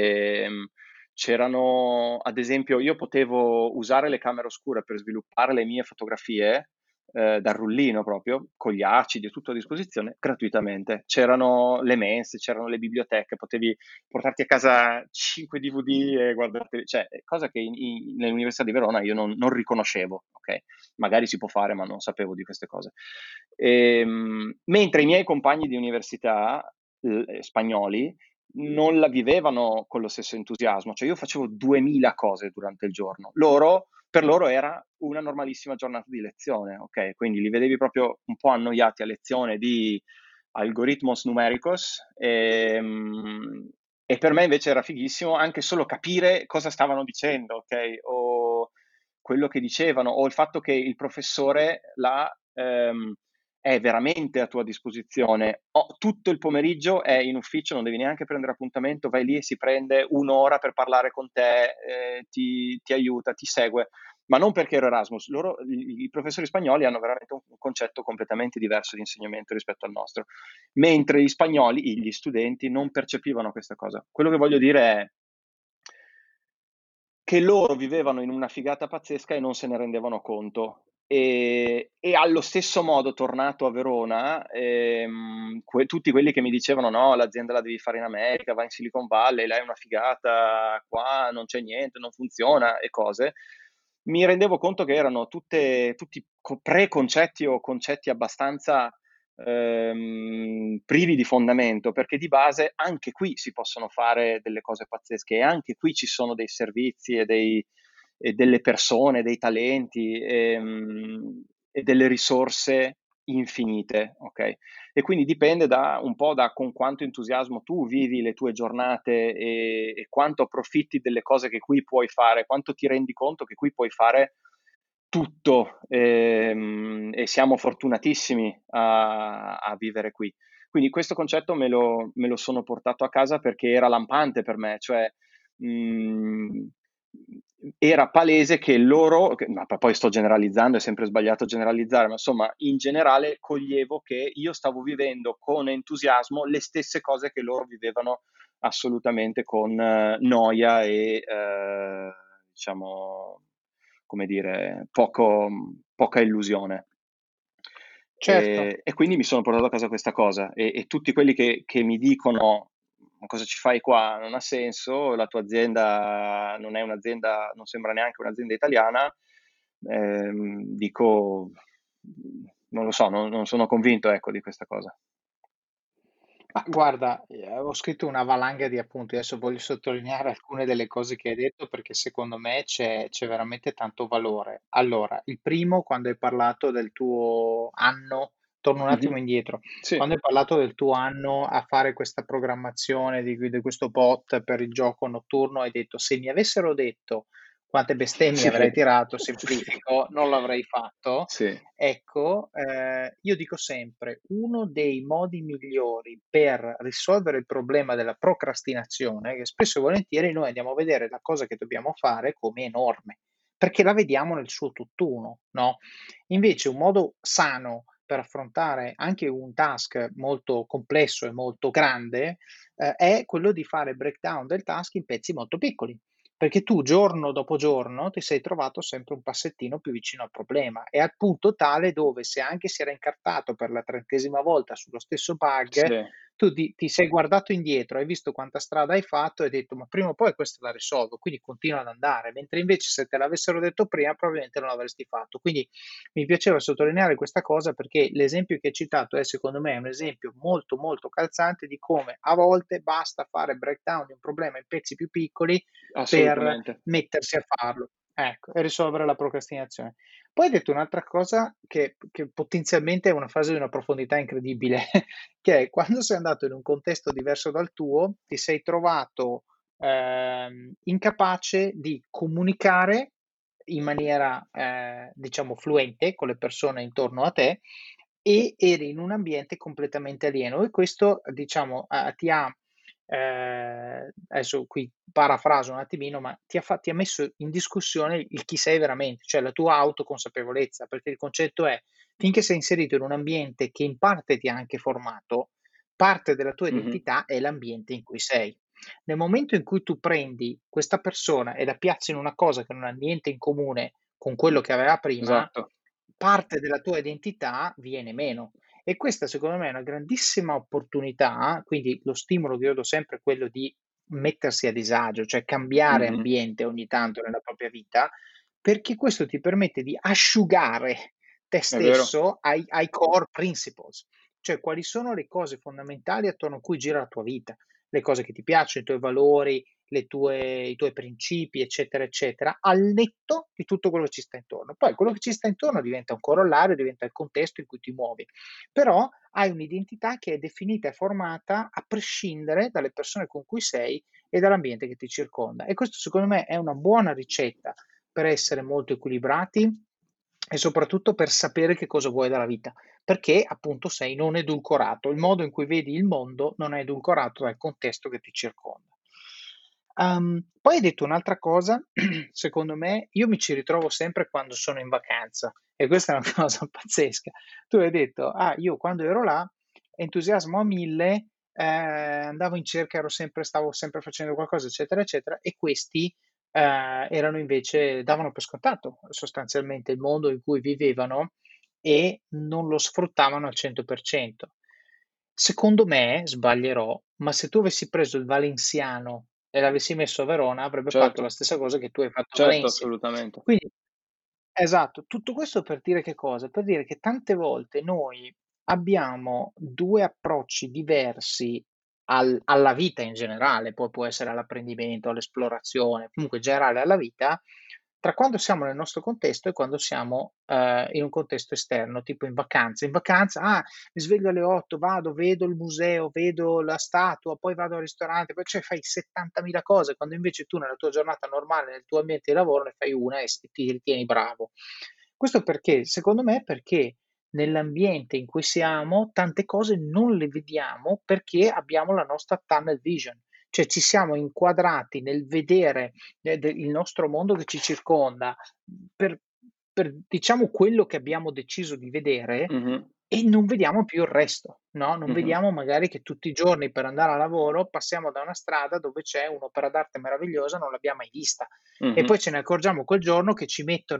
Speaker 2: C'erano, ad esempio, io potevo usare le camere oscure per sviluppare le mie fotografie dal rullino proprio, con gli acidi e tutto a disposizione, gratuitamente. C'erano le mense, c'erano le biblioteche, potevi portarti a casa 5 DVD e guardarti, cioè, cosa che nell'Università di Verona io non riconoscevo, ok? Magari si può fare, ma non sapevo di queste cose. Mentre i miei compagni di università spagnoli non la vivevano con lo stesso entusiasmo, cioè io facevo 2000 cose durante il giorno, per loro era una normalissima giornata di lezione, ok? Quindi li vedevi proprio un po' annoiati a lezione di algoritmos numericos e per me invece era fighissimo anche solo capire cosa stavano dicendo, ok? O quello che dicevano, o il fatto che il professore è veramente a tua disposizione. Tutto il pomeriggio è in ufficio, non devi neanche prendere appuntamento, vai lì e si prende un'ora per parlare con te, ti aiuta, ti segue. Ma non perché ero Erasmus, i professori spagnoli hanno veramente un concetto completamente diverso di insegnamento rispetto al nostro, mentre gli spagnoli, gli studenti, non percepivano questa cosa. Quello che voglio dire è che loro vivevano in una figata pazzesca e non se ne rendevano conto. E allo stesso modo, tornato a Verona, tutti quelli che mi dicevano no, l'azienda la devi fare in America, vai in Silicon Valley, lei è una figata, qua non c'è niente, non funziona e cose, mi rendevo conto che erano tutti preconcetti o concetti abbastanza privi di fondamento, perché di base anche qui si possono fare delle cose pazzesche e anche qui ci sono dei servizi e delle persone, dei talenti e delle risorse infinite, ok? E quindi dipende un po' da con quanto entusiasmo tu vivi le tue giornate e quanto approfitti delle cose che qui puoi fare, quanto ti rendi conto che qui puoi fare tutto e siamo fortunatissimi a vivere qui. Quindi questo concetto me lo sono portato a casa perché era lampante per me, cioè mh, era palese che loro, ma poi sto generalizzando, è sempre sbagliato generalizzare, ma insomma in generale coglievo che io stavo vivendo con entusiasmo le stesse cose che loro vivevano assolutamente con noia e diciamo come dire, poca illusione.
Speaker 1: certo.
Speaker 2: E quindi mi sono portato a casa questa cosa e tutti quelli che mi dicono: "Ma cosa ci fai qua? Non ha senso, la tua azienda non è un'azienda, non sembra neanche un'azienda italiana", dico, non lo so, non sono convinto, ecco, di questa cosa.
Speaker 1: Ma guarda, ho scritto una valanga di appunti, adesso voglio sottolineare alcune delle cose che hai detto perché secondo me c'è veramente tanto valore. Allora, il primo, quando hai parlato del tuo anno, torno un
Speaker 2: Mh-mh.
Speaker 1: attimo indietro,
Speaker 2: Sì,
Speaker 1: quando hai parlato del tuo anno a fare questa programmazione di questo bot per il gioco notturno, hai detto se mi avessero detto quante bestemmie
Speaker 2: sì,
Speaker 1: avrei tirato,
Speaker 2: sì,
Speaker 1: semplifico, non l'avrei fatto.
Speaker 2: sì,
Speaker 1: Ecco, io dico sempre, uno dei modi migliori per risolvere il problema della procrastinazione, che spesso e volentieri noi andiamo a vedere la cosa che dobbiamo fare come enorme, perché la vediamo nel suo tutt'uno, no? Invece un modo sano per affrontare anche un task molto complesso e molto grande, è quello di fare breakdown del task in pezzi molto piccoli. Perché tu giorno dopo giorno ti sei trovato sempre un passettino più vicino al problema e al punto tale dove se anche si era incartato per la 30ª volta sullo stesso bug,
Speaker 2: sì.
Speaker 1: tu ti sei guardato indietro, hai visto quanta strada hai fatto e hai detto ma prima o poi questa la risolvo, quindi continua ad andare, mentre invece se te l'avessero detto prima probabilmente non l'avresti fatto. Quindi mi piaceva sottolineare questa cosa perché l'esempio che hai citato è secondo me un esempio molto molto calzante di come a volte basta fare breakdown di un problema in pezzi più piccoli per
Speaker 2: Assolutamente.
Speaker 1: mettersi a farlo, ecco, e risolvere la procrastinazione. Poi hai detto un'altra cosa che potenzialmente è una fase di una profondità incredibile, che è quando sei andato in un contesto diverso dal tuo, ti sei trovato, incapace di comunicare in maniera, diciamo fluente con le persone intorno a te e eri in un ambiente completamente alieno e questo diciamo, ti ha adesso qui parafraso un attimino, ma ti ha messo in discussione il chi sei veramente, cioè la tua autoconsapevolezza, perché il concetto è: finché sei inserito in un ambiente che in parte ti ha anche formato, parte della tua
Speaker 2: Mh-mh.
Speaker 1: identità è l'ambiente in cui sei. Nel momento in cui tu prendi questa persona e la piazzi in una cosa che non ha niente in comune con quello che aveva prima,
Speaker 2: Esatto.
Speaker 1: parte della tua identità viene meno. E questa secondo me è una grandissima opportunità, quindi lo stimolo che io do sempre è quello di mettersi a disagio, cioè cambiare
Speaker 2: Mh-mh.
Speaker 1: ambiente ogni tanto nella propria vita, perché questo ti permette di asciugare te
Speaker 2: È vero.
Speaker 1: stesso ai core principles, cioè quali sono le cose fondamentali attorno a cui gira la tua vita, le cose che ti piacciono, i tuoi valori, i tuoi principi, eccetera, eccetera, al netto di tutto quello che ci sta intorno. Poi quello che ci sta intorno diventa un corollario, diventa il contesto in cui ti muovi, però hai un'identità che è definita e formata a prescindere dalle persone con cui sei e dall'ambiente che ti circonda. E questo secondo me è una buona ricetta per essere molto equilibrati e soprattutto per sapere che cosa vuoi dalla vita, perché appunto sei non edulcorato, il modo in cui vedi il mondo non è edulcorato dal contesto che ti circonda. Poi hai detto un'altra cosa, secondo me, io mi ci ritrovo sempre quando sono in vacanza e questa è una cosa pazzesca. Tu hai detto, ah, io quando ero là, entusiasmo a mille, andavo in cerca, stavo sempre facendo qualcosa, eccetera, eccetera, e questi erano invece, davano per scontato sostanzialmente il mondo in cui vivevano e non lo sfruttavano al 100%. Secondo me, sbaglierò, ma se tu avessi preso il valenziano e l'avessi messo a Verona, avrebbe fatto la
Speaker 2: Certo,
Speaker 1: stessa cosa che tu hai fatto a
Speaker 2: certo,
Speaker 1: Valencia.
Speaker 2: assolutamente.
Speaker 1: Quindi esatto, tutto questo per dire che cosa? Per dire che tante volte noi abbiamo 2 approcci diversi alla vita in generale, poi può essere all'apprendimento, all'esplorazione, comunque in generale alla vita, tra quando siamo nel nostro contesto e quando siamo, in un contesto esterno, tipo in vacanza. In vacanza: "Ah, mi sveglio alle 8, vado, vedo il museo, vedo la statua, poi vado al ristorante", poi cioè fai 70.000 cose, quando invece tu nella tua giornata normale, nel tuo ambiente di lavoro ne fai una e ti ritieni bravo. Questo perché? Secondo me perché nell'ambiente in cui siamo tante cose non le vediamo perché abbiamo la nostra tunnel vision, cioè ci siamo inquadrati nel vedere, il nostro mondo che ci circonda per diciamo quello che abbiamo deciso di vedere
Speaker 2: Mh-mh,
Speaker 1: e non vediamo più il resto, no, non
Speaker 2: mh-mh,
Speaker 1: vediamo magari che tutti i giorni per andare a lavoro passiamo da una strada dove c'è un'opera d'arte meravigliosa, non l'abbiamo mai vista e
Speaker 2: mh-mh.
Speaker 1: poi ce ne accorgiamo quel giorno che ci mettono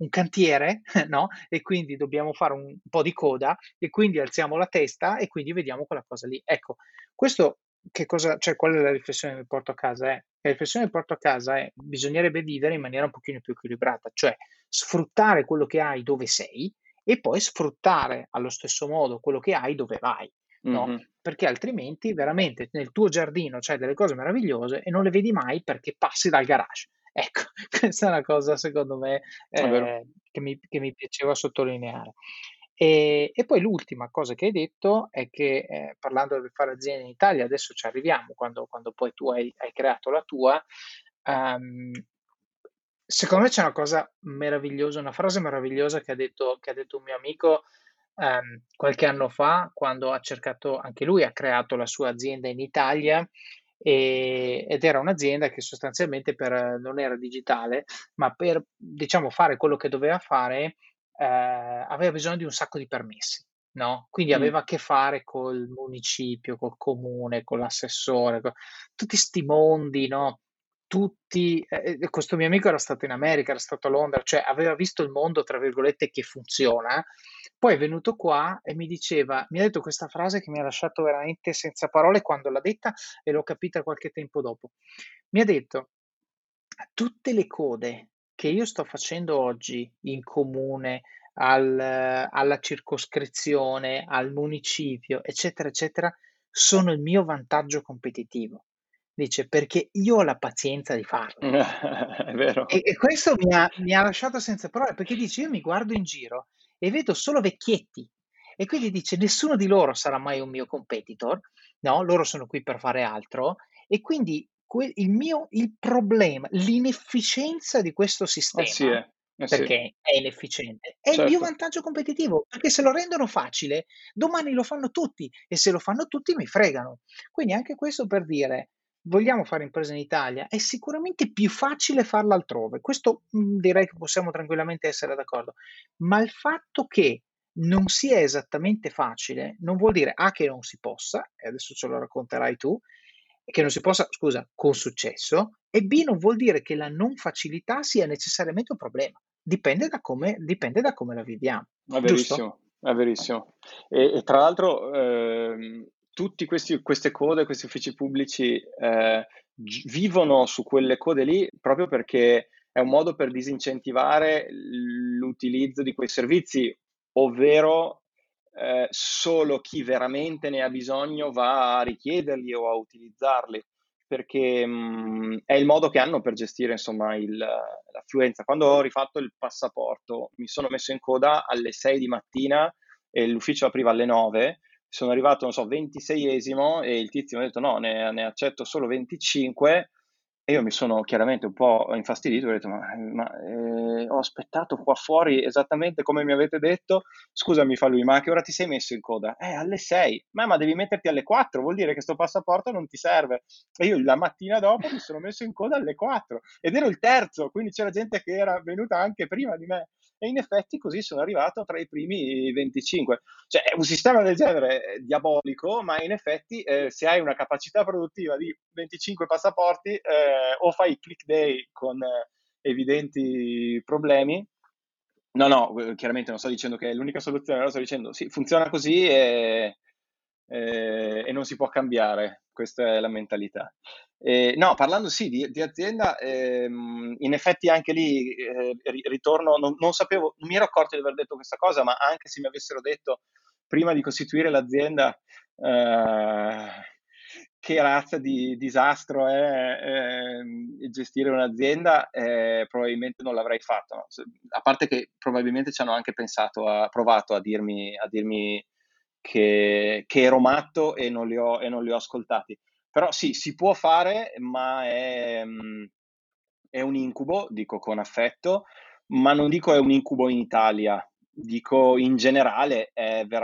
Speaker 1: un cantiere, no? E quindi dobbiamo fare un po' di coda e quindi alziamo la testa e quindi vediamo quella cosa lì. Ecco, questo che cosa, cioè qual è la riflessione che mi porto a casa? La riflessione che porto a casa è bisognerebbe vivere in maniera un pochino più equilibrata, cioè sfruttare quello che hai dove sei e poi sfruttare allo stesso modo quello che hai dove vai, no?
Speaker 2: Mhm.
Speaker 1: Perché altrimenti veramente nel tuo giardino c'hai delle cose meravigliose e non le vedi mai perché passi dal garage. Ecco, questa è una cosa secondo me
Speaker 2: È vero.
Speaker 1: che mi piaceva sottolineare. E poi l'ultima cosa che hai detto è che parlando del fare azienda in Italia, adesso ci arriviamo, quando poi tu hai creato la tua, ehm, secondo me c'è una cosa meravigliosa, una frase meravigliosa che ha detto un mio amico qualche anno fa, quando ha cercato, anche lui ha creato la sua azienda in Italia, ed era un'azienda che sostanzialmente non era digitale, ma per, diciamo, fare quello che doveva fare, aveva bisogno di un sacco di permessi, no? Quindi
Speaker 2: Mm.
Speaker 1: aveva a che fare col municipio, col comune, con l'assessore, tutti sti mondi, no? Tutti, questo mio amico era stato in America, era stato a Londra, cioè aveva visto il mondo, tra virgolette, che funziona. Poi è venuto qua e mi ha detto questa frase che mi ha lasciato veramente senza parole quando l'ha detta e l'ho capita qualche tempo dopo. Mi ha detto, tutte le code che io sto facendo oggi in comune, alla circoscrizione, al municipio, eccetera, eccetera, sono il mio vantaggio competitivo. Dice, perché io ho la pazienza di farle.
Speaker 2: È vero.
Speaker 1: E questo mi ha lasciato senza parole, perché dice: "Io mi guardo in giro e vedo solo vecchietti". E quindi dice: "Nessuno di loro sarà mai un mio competitor", no, loro sono qui per fare altro e quindi il problema, l'inefficienza di questo
Speaker 2: Eh sì,
Speaker 1: sistema,
Speaker 2: eh sì,
Speaker 1: perché è inefficiente, è il mio
Speaker 2: certo.
Speaker 1: vantaggio competitivo, perché se lo rendono facile, domani lo fanno tutti e se lo fanno tutti mi fregano. Quindi anche questo per dire vogliamo fare impresa in Italia, è sicuramente più facile farla altrove. Questo, direi che possiamo tranquillamente essere d'accordo. Ma il fatto che non sia esattamente facile, non vuol dire A che non si possa, e adesso ce lo racconterai tu, che non si possa, scusa, con successo, e B non vuol dire che la non facilità sia necessariamente un problema. Dipende da come la viviamo,
Speaker 2: È
Speaker 1: giusto?
Speaker 2: verissimo, è verissimo. E tra l'altro, tutti queste code, questi uffici pubblici, vivono su quelle code lì proprio perché è un modo per disincentivare l'utilizzo di quei servizi, ovvero solo chi veramente ne ha bisogno va a richiederli o a utilizzarli, perché è il modo che hanno per gestire insomma l'affluenza. Quando ho rifatto il passaporto mi sono messo in coda alle 6 di mattina e l'ufficio apriva alle 9, sono arrivato, non so, 26esimo e il tizio mi ha detto no, ne accetto solo 25 e io mi sono chiaramente un po' infastidito, ho detto ho aspettato qua fuori esattamente come mi avete detto, scusami fa lui, ma a che ora ti sei messo in coda? Alle 6, ma devi metterti alle 4, vuol dire che sto passaporto non ti serve. E io la mattina dopo mi sono messo in coda alle 4 ed ero il terzo, quindi c'era gente che era venuta anche prima di me. E in effetti così sono arrivato tra i primi 25. Cioè, un sistema del genere è diabolico, ma in effetti se hai una capacità produttiva di 25 passaporti o fai click day con evidenti problemi. No, no, chiaramente non sto dicendo che è l'unica soluzione, però sto dicendo sì, funziona così e non si può cambiare, questa è la mentalità. No, parlando sì di azienda, in effetti anche lì ritorno, non sapevo, non mi ero accorto di aver detto questa cosa, ma anche se mi avessero detto prima di costituire l'azienda che razza di disastro è gestire un'azienda, probabilmente non l'avrei fatto. No? A parte che probabilmente ci hanno anche provato a dirmi che ero matto e non li ho ascoltati. Però sì, si può fare, ma è un incubo, dico con affetto, ma non dico è un incubo in Italia, dico in generale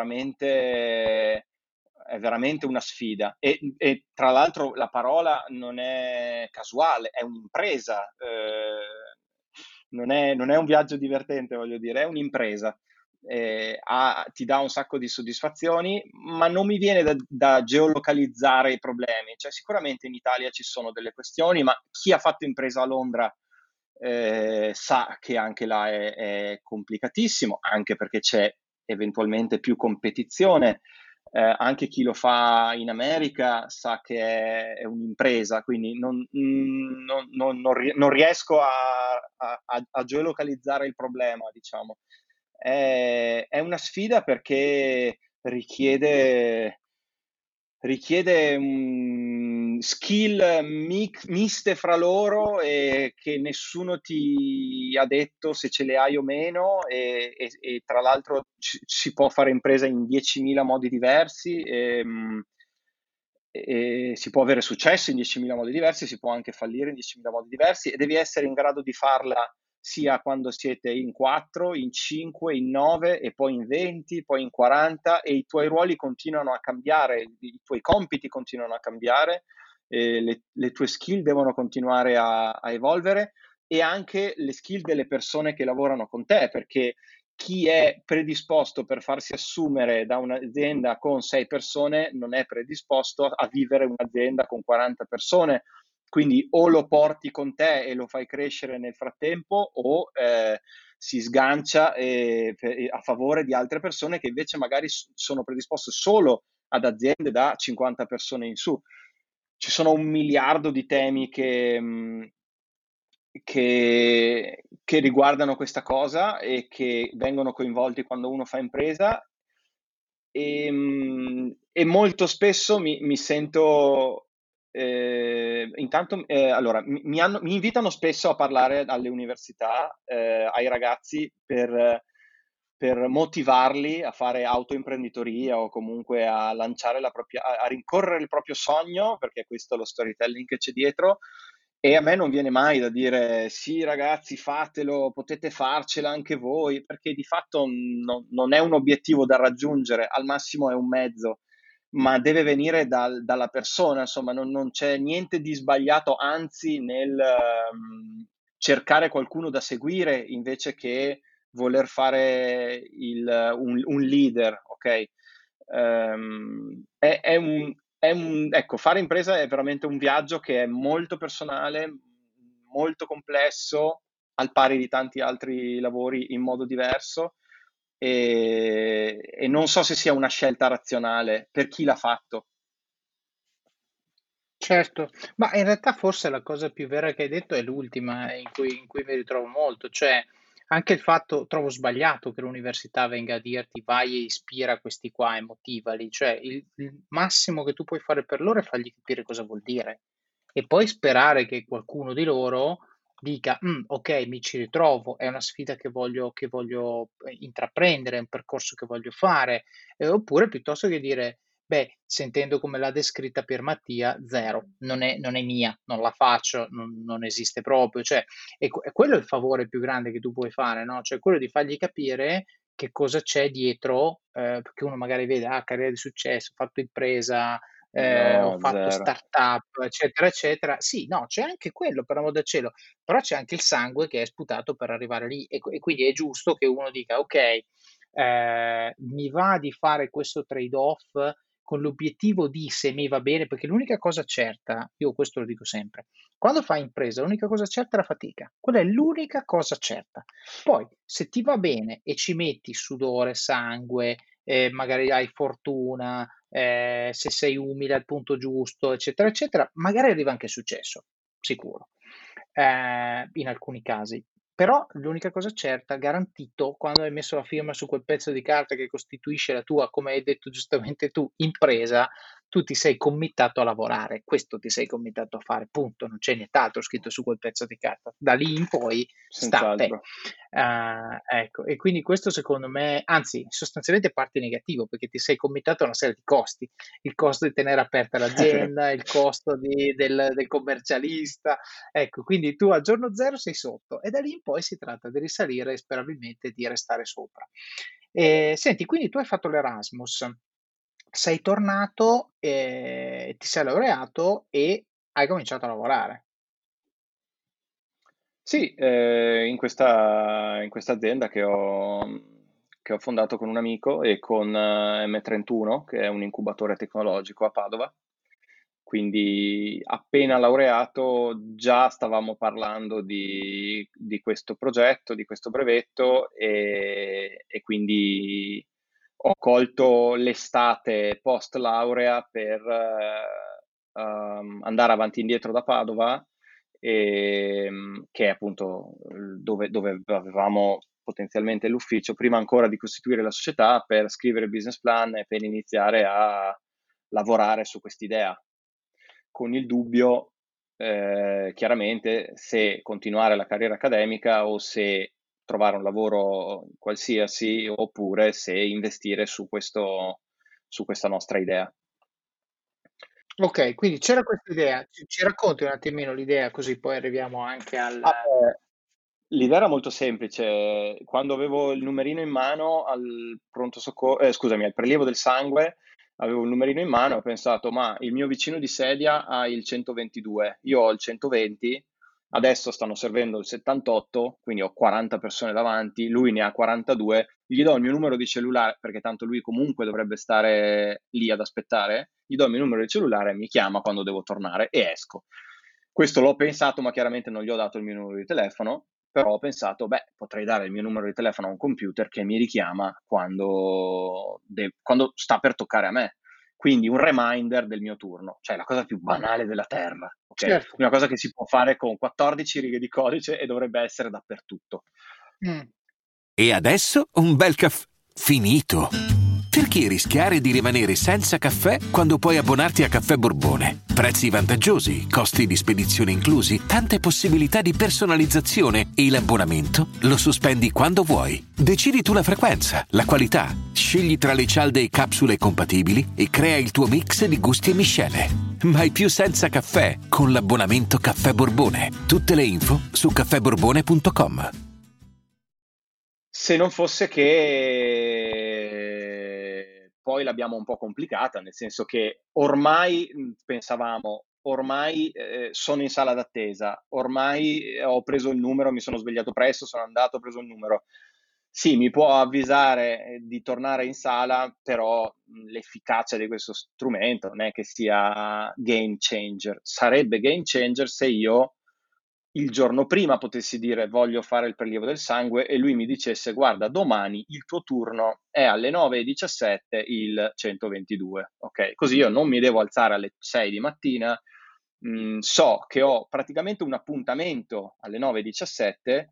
Speaker 2: è veramente una sfida. E tra l'altro la parola non è casuale, è un'impresa, non è un viaggio divertente, voglio dire, è un'impresa. Ti dà un sacco di soddisfazioni, ma non mi viene da geolocalizzare i problemi. Cioè, sicuramente in Italia ci sono delle questioni, ma chi ha fatto impresa a Londra sa che anche là è complicatissimo, anche perché c'è eventualmente più competizione. Anche chi lo fa in America sa che è un'impresa, quindi non riesco a geolocalizzare il problema, diciamo. È una sfida perché richiede skill miste fra loro e che nessuno ti ha detto se ce le hai o meno e tra l'altro si può fare impresa in 10.000 modi diversi e si può avere successo in 10.000 modi diversi, si può anche fallire in 10.000 modi diversi e devi essere in grado di farla sia quando siete in 4, in 5, in 9 e poi in 20, poi in 40 e i tuoi ruoli continuano a cambiare, i tuoi compiti continuano a cambiare, le tue skill devono continuare a evolvere e anche le skill delle persone che lavorano con te, perché chi è predisposto per farsi assumere da un'azienda con 6 persone non è predisposto a vivere un'azienda con 40 persone. Quindi o lo porti con te e lo fai crescere nel frattempo o si sgancia a favore di altre persone che invece magari sono predisposte solo ad aziende da 50 persone in su. Ci sono un miliardo di temi che riguardano questa cosa e che vengono coinvolti quando uno fa impresa e molto spesso mi sento intanto allora mi invitano spesso a parlare alle università ai ragazzi per motivarli a fare autoimprenditoria o comunque a lanciare a rincorrere il proprio sogno, perché questo è lo storytelling che c'è dietro. E a me non viene mai da dire sì, ragazzi, fatelo, potete farcela anche voi, perché di fatto non è un obiettivo da raggiungere, al massimo è un mezzo, ma deve venire dalla persona, insomma, non c'è niente di sbagliato, anzi, nel cercare qualcuno da seguire invece che voler fare un leader, ok? Ecco, fare impresa è veramente un viaggio che è molto personale, molto complesso, al pari di tanti altri lavori in modo diverso e non so se sia una scelta razionale per chi l'ha fatto.
Speaker 1: Certo, ma in realtà forse la cosa più vera che hai detto è l'ultima in cui mi ritrovo molto, cioè anche il fatto, trovo sbagliato che l'università venga a dirti vai e ispira questi qua e motivali, cioè il massimo che tu puoi fare per loro è fargli capire cosa vuol dire e poi sperare che qualcuno di loro dica ok, mi ci ritrovo, è una sfida che voglio intraprendere, è un percorso che voglio fare, oppure piuttosto che dire beh, sentendo come l'ha descritta Pier Mattia, zero, non è mia, non la faccio, non esiste proprio. Cioè, è quello il favore più grande che tu puoi fare, no? Cioè, quello di fargli capire che cosa c'è dietro, perché uno magari vede, carriera di successo, ho fatto impresa, ho
Speaker 2: No,
Speaker 1: fatto
Speaker 2: zero.
Speaker 1: startup, eccetera, eccetera. Sì, no, c'è anche quello, per amor del cielo, però c'è anche il sangue che è sputato per arrivare lì e quindi è giusto che uno dica, ok, mi va di fare questo trade-off con l'obiettivo di, se mi va bene, perché l'unica cosa certa, io questo lo dico sempre, quando fai impresa, l'unica cosa certa è la fatica, quella è l'unica cosa certa. Poi, se ti va bene e ci metti sudore, sangue, magari hai fortuna, se sei umile al punto giusto, eccetera, eccetera, magari arriva anche il successo, sicuro, in alcuni casi. Però l'unica cosa certa, garantito, quando hai messo la firma su quel pezzo di carta che costituisce la tua, come hai detto giustamente tu, impresa, tu ti sei committato a lavorare, questo ti sei committato a fare, punto, non c'è nient'altro scritto su quel pezzo di carta. Da lì in poi sta a te.
Speaker 2: Senz'altro.
Speaker 1: Ecco, e quindi questo secondo me, anzi, sostanzialmente parte negativo, perché ti sei committato a una serie di costi, il costo di tenere aperta l'azienda, il costo del commercialista, ecco, quindi tu al giorno zero sei sotto e da lì in poi si tratta di risalire e sperabilmente di restare sopra. Senti, quindi tu hai fatto l'Erasmus, sei tornato, ti sei laureato e hai cominciato a lavorare.
Speaker 2: Sì, in questa azienda che ho fondato con un amico e con M31, che è un incubatore tecnologico a Padova. Quindi appena laureato già stavamo parlando di questo progetto, di questo brevetto e quindi ho colto l'estate post laurea per andare avanti e indietro da Padova, che è appunto dove avevamo potenzialmente l'ufficio, prima ancora di costituire la società, per scrivere il business plan e per iniziare a lavorare su quest'idea, con il dubbio, chiaramente, se continuare la carriera accademica o se trovare un lavoro qualsiasi, oppure se investire su questa nostra idea.
Speaker 1: Ok, quindi c'era questa idea, ci racconti un attimino l'idea così poi arriviamo anche al...
Speaker 2: L'idea era molto semplice. Quando avevo il numerino in mano al pronto soccorso, scusami, al prelievo del sangue, avevo il numerino in mano e ho pensato, ma il mio vicino di sedia ha il 122, io ho il 120, adesso stanno servendo il 78, quindi ho 40 persone davanti, lui ne ha 42, gli do il mio numero di cellulare, perché tanto lui comunque dovrebbe stare lì ad aspettare, gli do il mio numero di cellulare, mi chiama quando devo tornare e esco. Questo l'ho pensato, ma chiaramente non gli ho dato il mio numero di telefono, però ho pensato, beh, potrei dare il mio numero di telefono a un computer che mi richiama quando sta per toccare a me. Quindi un reminder del mio turno, cioè la cosa più banale della terra, ok?
Speaker 1: Certo.
Speaker 2: Una cosa che si può fare con 14 righe di codice e dovrebbe essere dappertutto.
Speaker 1: Mm.
Speaker 4: E adesso un bel caffè finito. Perché rischiare di rimanere senza caffè quando puoi abbonarti a Caffè Borbone? Prezzi vantaggiosi, costi di spedizione inclusi, tante possibilità di personalizzazione e l'abbonamento lo sospendi quando vuoi. Decidi tu la frequenza, la qualità, scegli tra le cialde e capsule compatibili e crea il tuo mix di gusti e miscele. Mai più senza caffè con l'abbonamento Caffè Borbone. Tutte le info su caffèborbone.com.
Speaker 2: Se non fosse che poi l'abbiamo un po' complicata, nel senso che ormai pensavamo, ormai sono in sala d'attesa, ormai ho preso il numero, mi sono svegliato presto, sono andato, ho preso il numero. Sì, mi può avvisare di tornare in sala, però l'efficacia di questo strumento non è che sia game changer. Sarebbe game changer se io il giorno prima potessi dire voglio fare il prelievo del sangue e lui mi dicesse guarda, domani il tuo turno è alle 9:17 il 122, ok? Così io non mi devo alzare alle 6 di mattina, so che ho praticamente un appuntamento alle 9:17,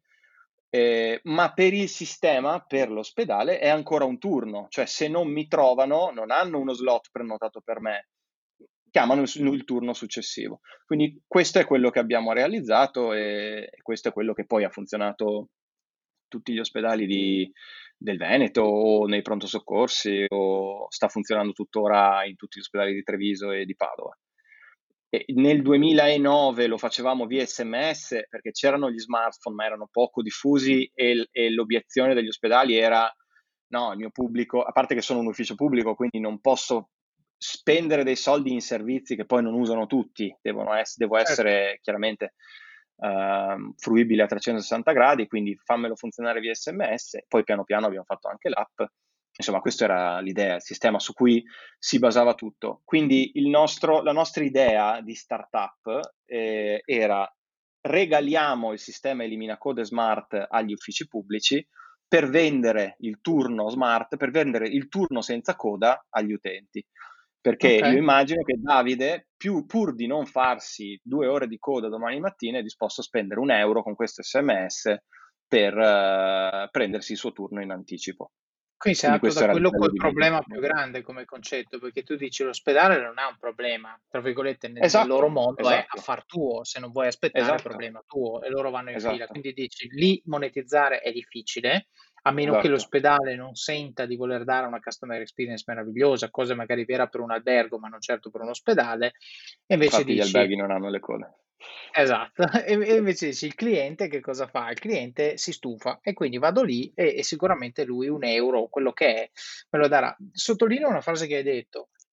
Speaker 2: ma per il sistema, per l'ospedale, è ancora un turno, cioè se non mi trovano, non hanno uno slot prenotato per me, chiamano il turno successivo. Quindi questo è quello che abbiamo realizzato e questo è quello che poi ha funzionato tutti gli ospedali del Veneto o nei pronto soccorsi o sta funzionando tuttora in tutti gli ospedali di Treviso e di Padova. E nel 2009 lo facevamo via SMS perché c'erano gli smartphone ma erano poco diffusi e l'obiezione degli ospedali era no, il mio pubblico, a parte che sono un ufficio pubblico, quindi non posso spendere dei soldi in servizi che poi non usano tutti, devo
Speaker 1: Certo.
Speaker 2: essere chiaramente fruibile a 360 gradi, quindi fammelo funzionare via SMS, poi piano piano abbiamo fatto anche l'app, insomma questa era l'idea, il sistema su cui si basava tutto. Quindi la nostra idea di startup era regaliamo il sistema Elimina Code Smart agli uffici pubblici per vendere il turno smart, per vendere il turno senza coda agli utenti. Perché
Speaker 1: Ok.
Speaker 2: io immagino che Davide, pur di non farsi 2 ore di coda domani mattina, è disposto a spendere €1 con questo SMS per prendersi il suo turno in anticipo.
Speaker 1: Quindi sei
Speaker 2: Quindi
Speaker 1: andato
Speaker 2: questo
Speaker 1: da
Speaker 2: era il
Speaker 1: quello
Speaker 2: livello
Speaker 1: col
Speaker 2: di business.
Speaker 1: problema più grande come concetto, perché tu dici l'ospedale non ha un problema, tra virgolette, nel loro
Speaker 2: Esatto,
Speaker 1: mondo è
Speaker 2: esatto,
Speaker 1: affar tuo, se non vuoi aspettare è
Speaker 2: esatto,
Speaker 1: problema tuo e loro vanno in fila.
Speaker 2: esatto,
Speaker 1: Quindi dici lì monetizzare è difficile, a meno che
Speaker 2: esatto.
Speaker 1: l'ospedale non senta di voler dare una customer experience meravigliosa, cosa magari vera per un albergo, ma non certo per un ospedale, e invece
Speaker 2: Infatti gli
Speaker 1: dici
Speaker 2: alberghi non hanno le code.
Speaker 1: esatto, e invece dici il cliente che cosa fa? Il cliente si stufa e quindi vado lì e sicuramente lui 1 € o quello che è me lo darà. Sottolineo una frase che hai detto: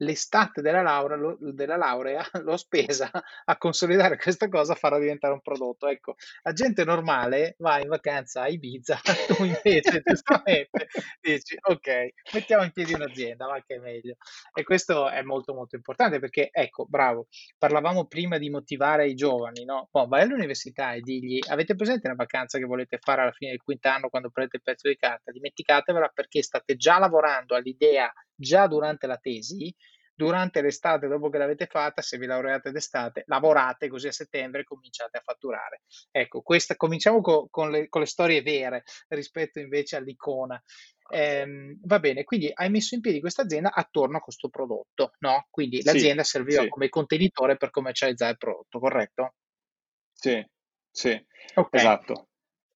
Speaker 1: l'estate della laurea l'ho spesa a consolidare questa cosa, a farla diventare un prodotto. Ecco, la gente normale va in vacanza a Ibiza, tu invece giustamente dici, ok, mettiamo in piedi un'azienda, va che è meglio. E questo è molto molto importante perché, ecco, bravo, parlavamo prima di motivare i giovani, no? Boh, vai all'università e digli, avete presente una vacanza che volete fare alla fine del quinto anno quando prendete il pezzo di carta? Dimenticatevela perché state già lavorando all'idea già durante la tesi, durante l'estate, dopo che l'avete fatta, se vi laureate d'estate, lavorate così a settembre cominciate a fatturare. Ecco, cominciamo con le storie vere rispetto invece all'icona. Va bene, quindi hai messo in piedi questa azienda attorno a questo prodotto, no? Quindi
Speaker 2: Sì,
Speaker 1: l'azienda serviva
Speaker 2: sì,
Speaker 1: come contenitore per commercializzare il prodotto, corretto?
Speaker 2: sì, sì,
Speaker 1: Ok.
Speaker 2: esatto.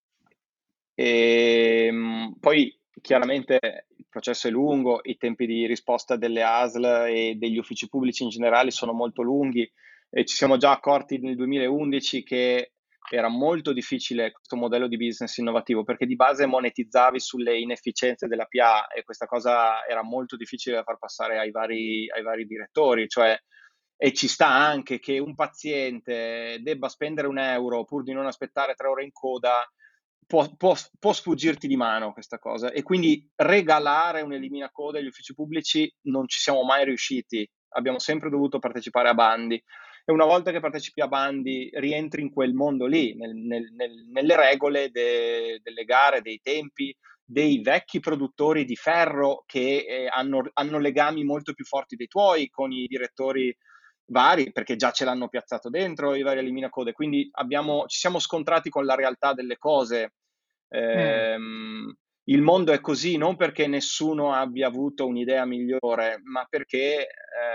Speaker 2: Poi chiaramente il processo è lungo, i tempi di risposta delle ASL e degli uffici pubblici in generale sono molto lunghi e ci siamo già accorti nel 2011 che era molto difficile questo modello di business innovativo perché di base monetizzavi sulle inefficienze della PA e questa cosa era molto difficile da far passare ai vari direttori, cioè, e ci sta anche che un paziente debba spendere 1 euro pur di non aspettare 3 ore in coda. Può sfuggirti di mano questa cosa e quindi regalare un eliminacode agli uffici pubblici non ci siamo mai riusciti, abbiamo sempre dovuto partecipare a bandi e una volta che partecipi a bandi rientri in quel mondo lì, nelle regole delle gare, dei tempi, dei vecchi produttori di ferro che hanno legami molto più forti dei tuoi con i direttori vari, perché già ce l'hanno piazzato dentro i vari eliminacode, quindi ci siamo scontrati con la realtà delle cose.
Speaker 1: Mm.
Speaker 2: Il mondo è così non perché nessuno abbia avuto un'idea migliore, ma perché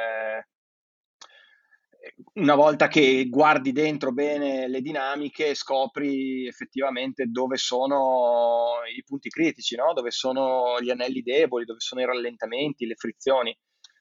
Speaker 2: una volta che guardi dentro bene le dinamiche, scopri effettivamente dove sono i punti critici, no? Dove sono gli anelli deboli, dove sono i rallentamenti, le frizioni.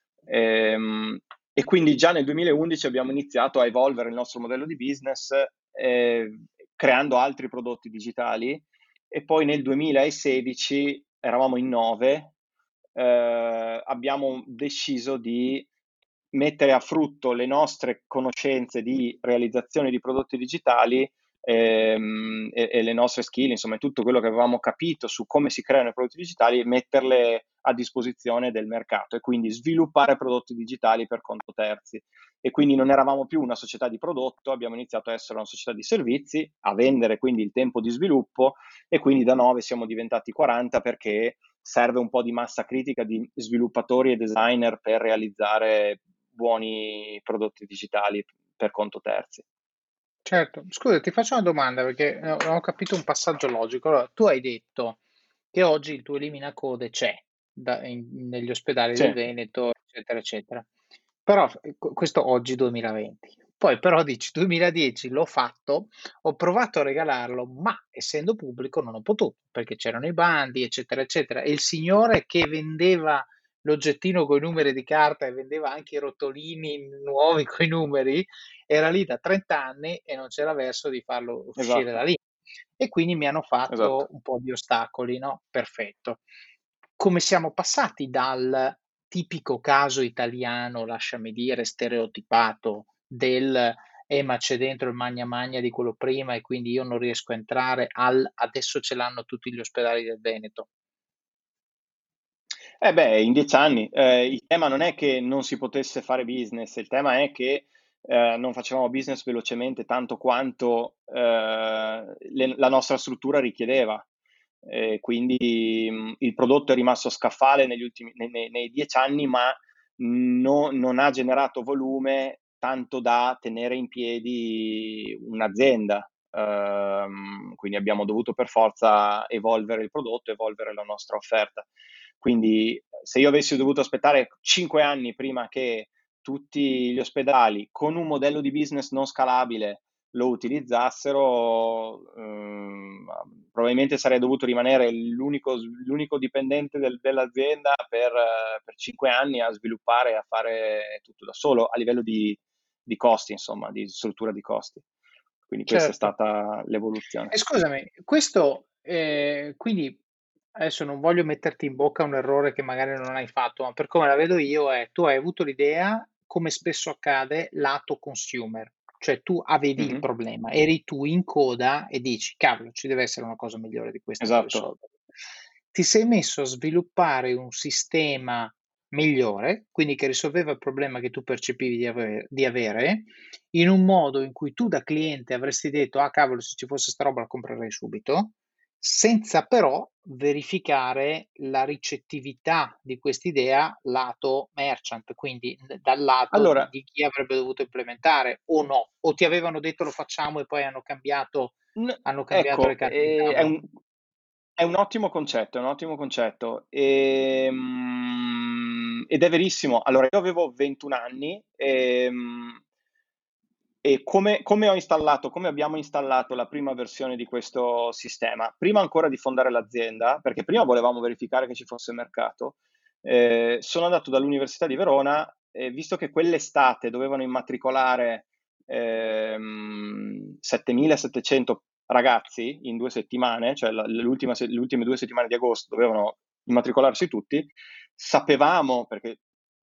Speaker 2: E quindi già nel 2011 abbiamo iniziato a evolvere il nostro modello di business creando altri prodotti digitali e poi nel 2016 eravamo in 9, abbiamo deciso di mettere a frutto le nostre conoscenze di realizzazione di prodotti digitali e le nostre skill, insomma, tutto quello che avevamo capito su come si creano i prodotti digitali, metterle a disposizione del mercato e quindi sviluppare prodotti digitali per conto terzi. E quindi non eravamo più una società di prodotto, abbiamo iniziato a essere una società di servizi, a vendere quindi il tempo di sviluppo e quindi da 9 siamo diventati 40 perché serve un po' di massa critica di sviluppatori e designer per realizzare buoni prodotti digitali per conto terzi.
Speaker 1: Certo, scusa, ti faccio una domanda perché non ho capito un passaggio logico. Allora, tu hai detto che oggi il tuo eliminacode c'è negli ospedali
Speaker 2: Sì,
Speaker 1: del Veneto, eccetera, eccetera. Però questo oggi 2020. Poi però dici 2010 l'ho fatto, ho provato a regalarlo, ma essendo pubblico non ho potuto perché c'erano i bandi, eccetera, eccetera. E il signore che vendeva l'oggettino con i numeri di carta e vendeva anche i rotolini nuovi con i numeri, era lì da 30 anni e non c'era verso di farlo uscire da
Speaker 2: esatto,
Speaker 1: lì. E quindi mi hanno fatto
Speaker 2: esatto.
Speaker 1: un po' di ostacoli, no? Perfetto. Come siamo passati dal tipico caso italiano, lasciami dire, stereotipato del ma c'è dentro il magna magna di quello prima e quindi io non riesco a entrare al adesso ce l'hanno tutti gli ospedali del Veneto.
Speaker 2: Eh beh, in 10 anni. Il tema non è che non si potesse fare business, il tema è che non facevamo business velocemente tanto quanto la nostra struttura richiedeva. Quindi il prodotto è rimasto a scaffale nei 10 anni, ma non ha generato volume tanto da tenere in piedi un'azienda. Quindi abbiamo dovuto per forza evolvere il prodotto, evolvere la nostra offerta. Quindi se io avessi dovuto aspettare 5 anni prima che tutti gli ospedali con un modello di business non scalabile lo utilizzassero, probabilmente sarei dovuto rimanere l'unico dipendente dell'azienda per 5 anni a sviluppare e a fare tutto da solo a livello di costi, insomma, di struttura di costi. Quindi questa è
Speaker 1: Certo.
Speaker 2: stata
Speaker 1: E
Speaker 2: l'evoluzione.
Speaker 1: scusami, questo quindi Adesso non voglio metterti in bocca un errore che magari non hai fatto, ma per come la vedo io è tu hai avuto l'idea, come spesso accade, lato consumer, cioè tu avevi il
Speaker 2: Mhm.
Speaker 1: problema, eri tu in coda e dici, cavolo, ci deve essere una cosa migliore di questa per
Speaker 2: Esatto.
Speaker 1: risolverlo. Ti sei messo a sviluppare un sistema migliore, quindi che risolveva il problema che tu percepivi di avere, in un modo in cui tu da cliente avresti detto, ah cavolo, se ci fosse sta roba la comprerei subito, senza però verificare la ricettività di quest'idea lato merchant, quindi dal lato
Speaker 2: Allora,
Speaker 1: di chi avrebbe dovuto implementare o no, o ti avevano detto lo facciamo e poi hanno cambiato le
Speaker 2: ecco,
Speaker 1: carte in
Speaker 2: è
Speaker 1: tavola.
Speaker 2: è un ottimo concetto, è un ottimo concetto. Ed è verissimo. Allora, io avevo 21 anni e come ho installato, come abbiamo installato la prima versione di questo sistema, prima ancora di fondare l'azienda, perché prima volevamo verificare che ci fosse mercato, sono andato dall'Università di Verona e visto che quell'estate dovevano immatricolare 7.700 ragazzi in 2 settimane, cioè le ultime 2 settimane di agosto dovevano immatricolarsi tutti, sapevamo, perché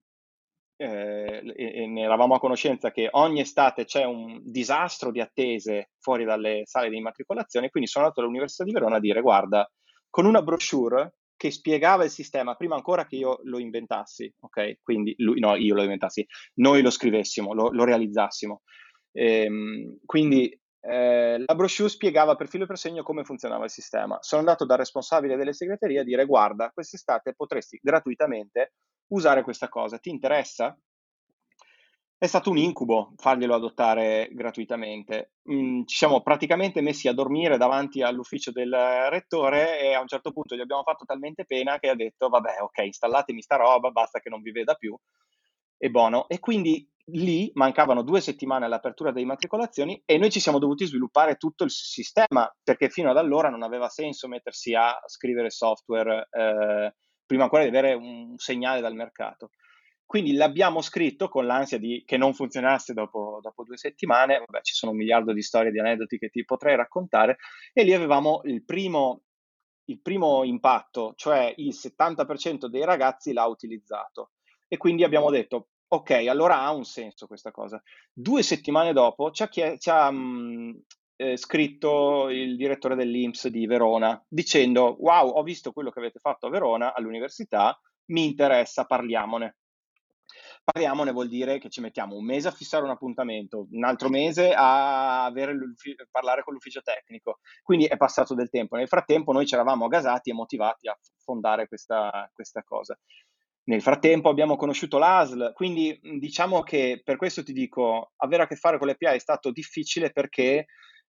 Speaker 2: e ne eravamo a conoscenza, che ogni estate c'è un disastro di attese fuori dalle sale di immatricolazione, quindi sono andato all'Università di Verona a dire, guarda, con una brochure che spiegava il sistema, prima ancora che io lo inventassi, ok? Quindi no, io lo inventassi, noi lo scrivessimo, lo realizzassimo. Quindi la brochure spiegava per filo e per segno come funzionava il sistema. Sono andato dal responsabile delle segreterie a dire, guarda, quest'estate potresti gratuitamente usare questa cosa, ti interessa? È stato un incubo farglielo adottare gratuitamente. Ci siamo praticamente messi a dormire davanti all'ufficio del rettore e a un certo punto gli abbiamo fatto talmente pena che ha detto, vabbè, ok, installatemi sta roba, basta che non vi veda più, e buono. E quindi lì mancavano 2 settimane all'apertura delle immatricolazioni e noi ci siamo dovuti sviluppare tutto il sistema, perché fino ad allora non aveva senso mettersi a scrivere software prima ancora di avere un segnale dal mercato. Quindi l'abbiamo scritto con l'ansia di che non funzionasse dopo 2 settimane. Vabbè, ci sono un miliardo di storie, di aneddoti che ti potrei raccontare. E lì avevamo il primo impatto, cioè il 70% dei ragazzi l'ha utilizzato. E quindi abbiamo detto, ok, allora ha un senso questa cosa. 2 settimane dopo ci ha scritto il direttore dell'INPS di Verona dicendo, wow, ho visto quello che avete fatto a Verona all'università, mi interessa, parliamone. Parliamone vuol dire che ci mettiamo un mese a fissare un appuntamento, un altro mese a parlare con l'ufficio tecnico. Quindi è passato del tempo. Nel frattempo noi ci eravamo gasati e motivati a fondare questa cosa. Nel frattempo abbiamo conosciuto l'ASL, quindi diciamo che per questo ti dico, avere a che fare con le API è stato difficile perché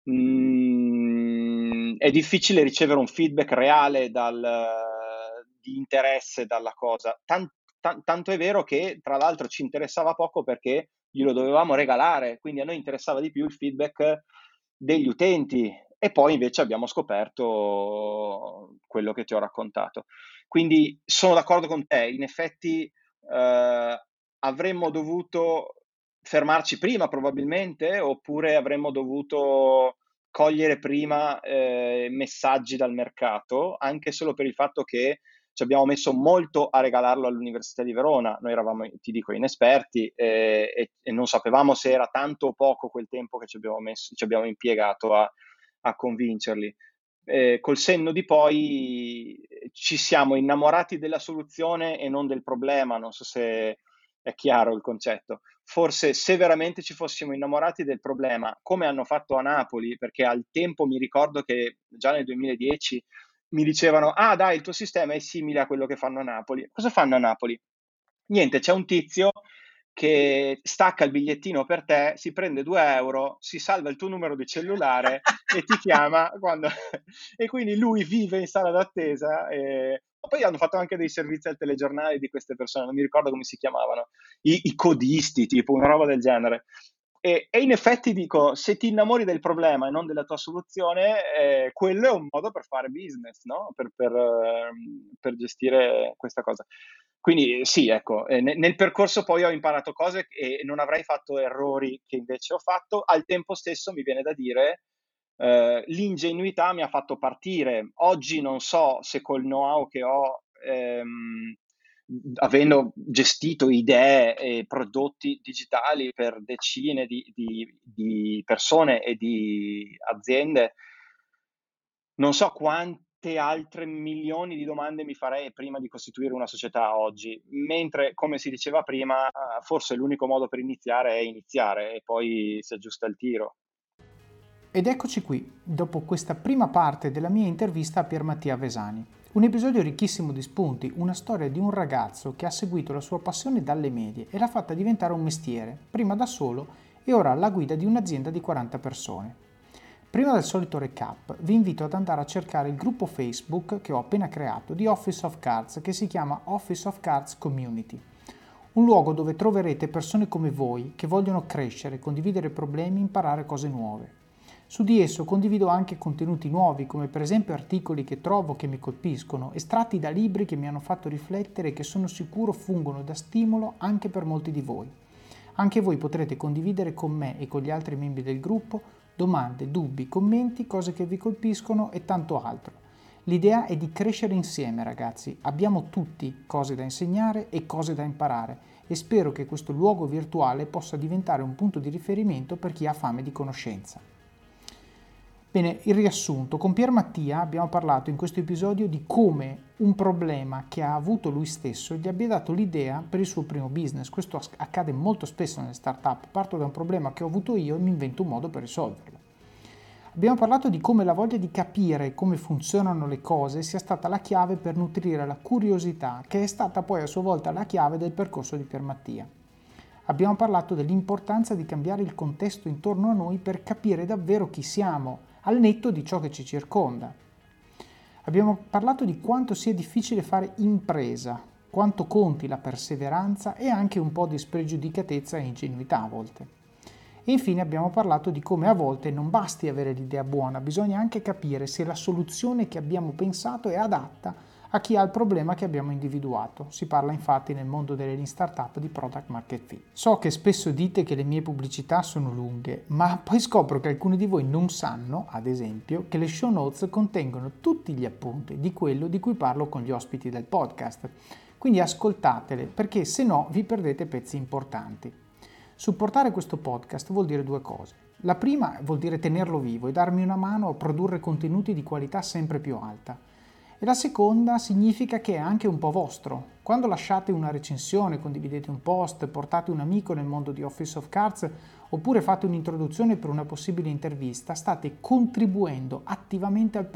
Speaker 2: è difficile ricevere un feedback reale di interesse dalla cosa. Tanto è vero che, tra l'altro, ci interessava poco perché glielo dovevamo regalare, quindi a noi interessava di più il feedback degli utenti e poi invece abbiamo scoperto quello che ti ho raccontato. Quindi sono d'accordo con te, in effetti avremmo dovuto fermarci prima probabilmente, oppure avremmo dovuto cogliere prima messaggi dal mercato, anche solo per il fatto che ci abbiamo messo molto a regalarlo all'Università di Verona. Noi eravamo, ti dico, inesperti e non sapevamo se era tanto o poco quel tempo che ci abbiamo impiegato a convincerli. Col senno di poi ci siamo innamorati della soluzione e non del problema, non so se è chiaro il concetto. Forse se veramente ci fossimo innamorati del problema, come hanno fatto a Napoli, perché al tempo mi ricordo che già nel 2010 mi dicevano, ah dai, il tuo sistema è simile a quello che fanno a Napoli. Cosa fanno a Napoli? Niente, c'è un tizio che stacca il bigliettino per te, si prende 2 euro, si salva il tuo numero di cellulare e ti chiama quando... e quindi lui vive in sala d'attesa. Poi hanno fatto anche dei servizi al telegiornale di queste persone, non mi ricordo come si chiamavano, i codisti, tipo una roba del genere. E in effetti dico, se ti innamori del problema e non della tua soluzione, quello è un modo per fare business, no? Per gestire questa cosa. Quindi sì, ecco, nel percorso poi ho imparato cose e non avrei fatto errori che invece ho fatto. Al tempo stesso mi viene da dire, l'ingenuità mi ha fatto partire. Oggi non so se col know-how che ho, avendo gestito idee e prodotti digitali per decine di persone e di aziende, non so quante altre milioni di domande mi farei prima di costituire una società oggi, mentre, come si diceva prima, forse l'unico modo per iniziare è iniziare e poi si aggiusta il tiro.
Speaker 3: Ed eccoci qui, dopo questa prima parte della mia intervista a Pier Mattia Vesani. Un episodio ricchissimo di spunti, una storia di un ragazzo che ha seguito la sua passione dalle medie e l'ha fatta diventare un mestiere, prima da solo e ora alla guida di un'azienda di 40 persone. Prima del solito recap, vi invito ad andare a cercare il gruppo Facebook che ho appena creato di Office of Cards, che si chiama Office of Cards Community. Un luogo dove troverete persone come voi che vogliono crescere, condividere problemi, imparare cose nuove. Su di esso condivido anche contenuti nuovi, come per esempio articoli che trovo che mi colpiscono, estratti da libri che mi hanno fatto riflettere e che sono sicuro fungono da stimolo anche per molti di voi. Anche voi potrete condividere con me e con gli altri membri del gruppo domande, dubbi, commenti, cose che vi colpiscono e tanto altro. L'idea è di crescere insieme, ragazzi. Abbiamo tutti cose da insegnare e cose da imparare e spero che questo luogo virtuale possa diventare un punto di riferimento per chi ha fame di conoscenza. Bene, il riassunto. Con Pier Mattia abbiamo parlato in questo episodio di come un problema che ha avuto lui stesso gli abbia dato l'idea per il suo primo business. Questo accade molto spesso nelle start-up. Parto da un problema che ho avuto io e mi invento un modo per risolverlo. Abbiamo parlato di come la voglia di capire come funzionano le cose sia stata la chiave per nutrire la curiosità, che è stata poi a sua volta la chiave del percorso di Pier Mattia. Abbiamo parlato dell'importanza di cambiare il contesto intorno a noi per capire davvero chi siamo, al netto di ciò che ci circonda. Abbiamo parlato di quanto sia difficile fare impresa, quanto conti la perseveranza e anche un po' di spregiudicatezza e ingenuità a volte. E infine abbiamo parlato di come a volte non basti avere l'idea buona, bisogna anche capire se la soluzione che abbiamo pensato è adatta a chi ha il problema che abbiamo individuato. Si parla infatti nel mondo delle lean startup di product market fit. So che spesso dite che le mie pubblicità sono lunghe, ma poi scopro che alcuni di voi non sanno, ad esempio, che le show notes contengono tutti gli appunti di quello di cui parlo con gli ospiti del podcast. Quindi ascoltatele, perché se no vi perdete pezzi importanti. Supportare questo podcast vuol dire due cose. La prima vuol dire tenerlo vivo e darmi una mano a produrre contenuti di qualità sempre più alta. E la seconda significa che è anche un po' vostro. Quando lasciate una recensione, condividete un post, portate un amico nel mondo di Office of Cards oppure fate un'introduzione per una possibile intervista, state contribuendo attivamente al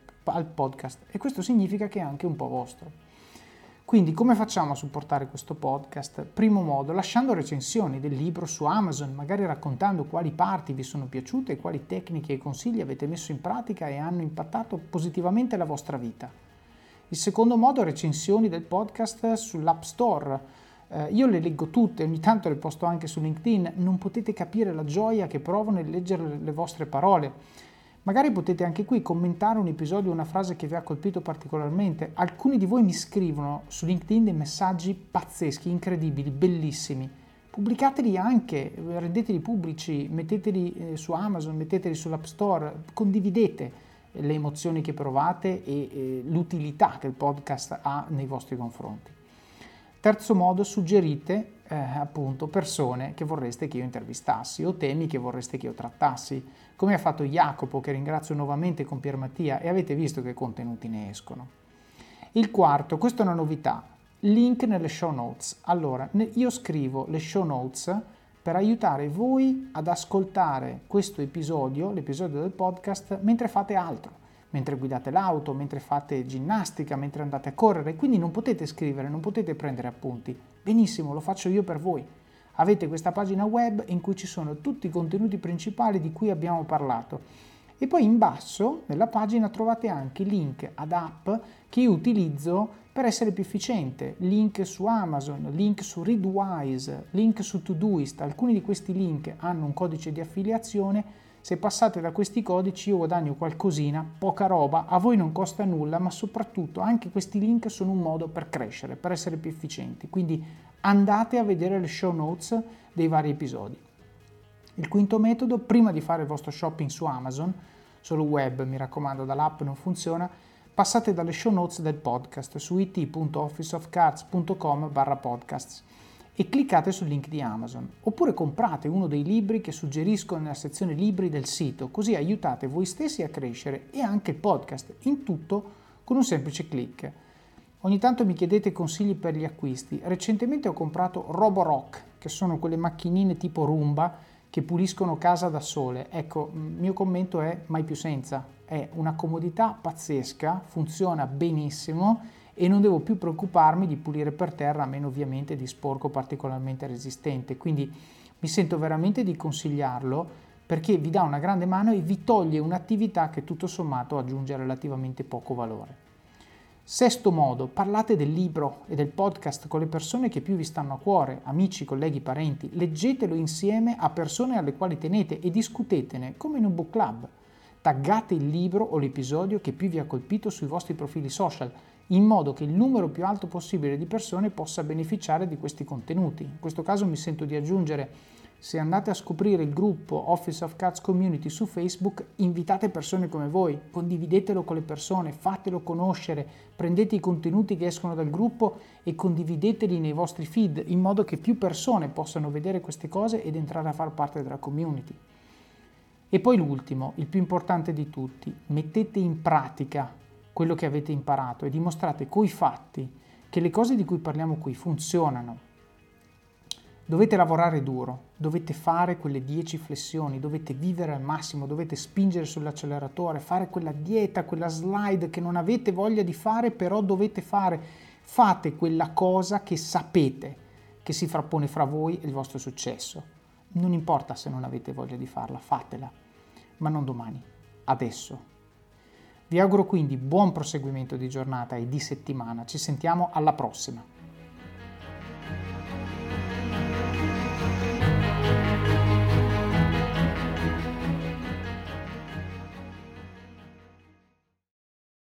Speaker 3: podcast e questo significa che è anche un po' vostro. Quindi come facciamo a supportare questo podcast? Primo modo, lasciando recensioni del libro su Amazon, magari raccontando quali parti vi sono piaciute e quali tecniche e consigli avete messo in pratica e hanno impattato positivamente la vostra vita. Il secondo modo, recensioni del podcast sull'App Store. Io le leggo tutte, ogni tanto le posto anche su LinkedIn, non potete capire la gioia che provo nel leggere le vostre parole. Magari potete anche qui commentare un episodio o una frase che vi ha colpito particolarmente. Alcuni di voi mi scrivono su LinkedIn dei messaggi pazzeschi, incredibili, bellissimi. Pubblicateli anche, rendeteli pubblici, metteteli su Amazon, metteteli sull'App Store, condividete le emozioni che provate e l'utilità che il podcast ha nei vostri confronti. Terzo modo, suggerite appunto persone che vorreste che io intervistassi o temi che vorreste che io trattassi, come ha fatto Jacopo, che ringrazio nuovamente, con Pier Mattia, e avete visto che contenuti ne escono. Il quarto, questa è una novità, link nelle show notes. Allora, io scrivo le show notes per aiutare voi ad ascoltare questo episodio, l'episodio del podcast, mentre fate altro, mentre guidate l'auto, mentre fate ginnastica, mentre andate a correre, quindi non potete scrivere, non potete prendere appunti. Benissimo, lo faccio io per voi. Avete questa pagina web in cui ci sono tutti i contenuti principali di cui abbiamo parlato. E poi in basso nella pagina trovate anche link ad app che io utilizzo per essere più efficiente, link su Amazon, link su Readwise, link su Todoist. Alcuni di questi link hanno un codice di affiliazione. Se passate da questi codici io guadagno qualcosina, poca roba, a voi non costa nulla, ma soprattutto anche questi link sono un modo per crescere, per essere più efficienti. Quindi andate a vedere le show notes dei vari episodi. Il quinto metodo, prima di fare il vostro shopping su Amazon, solo web, mi raccomando, dall'app non funziona, passate dalle show notes del podcast su it.officeofcards.com/podcasts e cliccate sul link di Amazon, oppure comprate uno dei libri che suggerisco nella sezione libri del sito, così aiutate voi stessi a crescere e anche il podcast, in tutto con un semplice click. Ogni tanto mi chiedete consigli per gli acquisti. Recentemente ho comprato Roborock, che sono quelle macchinine tipo Roomba che puliscono casa da sole. Ecco, il mio commento è mai più senza. È una comodità pazzesca, funziona benissimo e non devo più preoccuparmi di pulire per terra, a meno ovviamente di sporco particolarmente resistente. Quindi mi sento veramente di consigliarlo perché vi dà una grande mano e vi toglie un'attività che tutto sommato aggiunge relativamente poco valore. Sesto modo, parlate del libro e del podcast con le persone che più vi stanno a cuore, amici, colleghi, parenti. Leggetelo insieme a persone alle quali tenete e discutetene, come in un book club. Taggate il libro o l'episodio che più vi ha colpito sui vostri profili social, in modo che il numero più alto possibile di persone possa beneficiare di questi contenuti. In questo caso mi sento di aggiungere: se andate a scoprire il gruppo Office of Cards Community su Facebook, invitate persone come voi, condividetelo con le persone, fatelo conoscere, prendete i contenuti che escono dal gruppo e condivideteli nei vostri feed, in modo che più persone possano vedere queste cose ed entrare a far parte della community. E poi l'ultimo, il più importante di tutti, mettete in pratica quello che avete imparato e dimostrate coi fatti che le cose di cui parliamo qui funzionano. Dovete lavorare duro, dovete fare quelle 10 flessioni, dovete vivere al massimo, dovete spingere sull'acceleratore, fare quella dieta, quella slide che non avete voglia di fare, però dovete fare. Fate quella cosa che sapete che si frappone fra voi e il vostro successo. Non importa se non avete voglia di farla, fatela, ma non domani, adesso. Vi auguro quindi buon proseguimento di giornata e di settimana. Ci sentiamo alla prossima.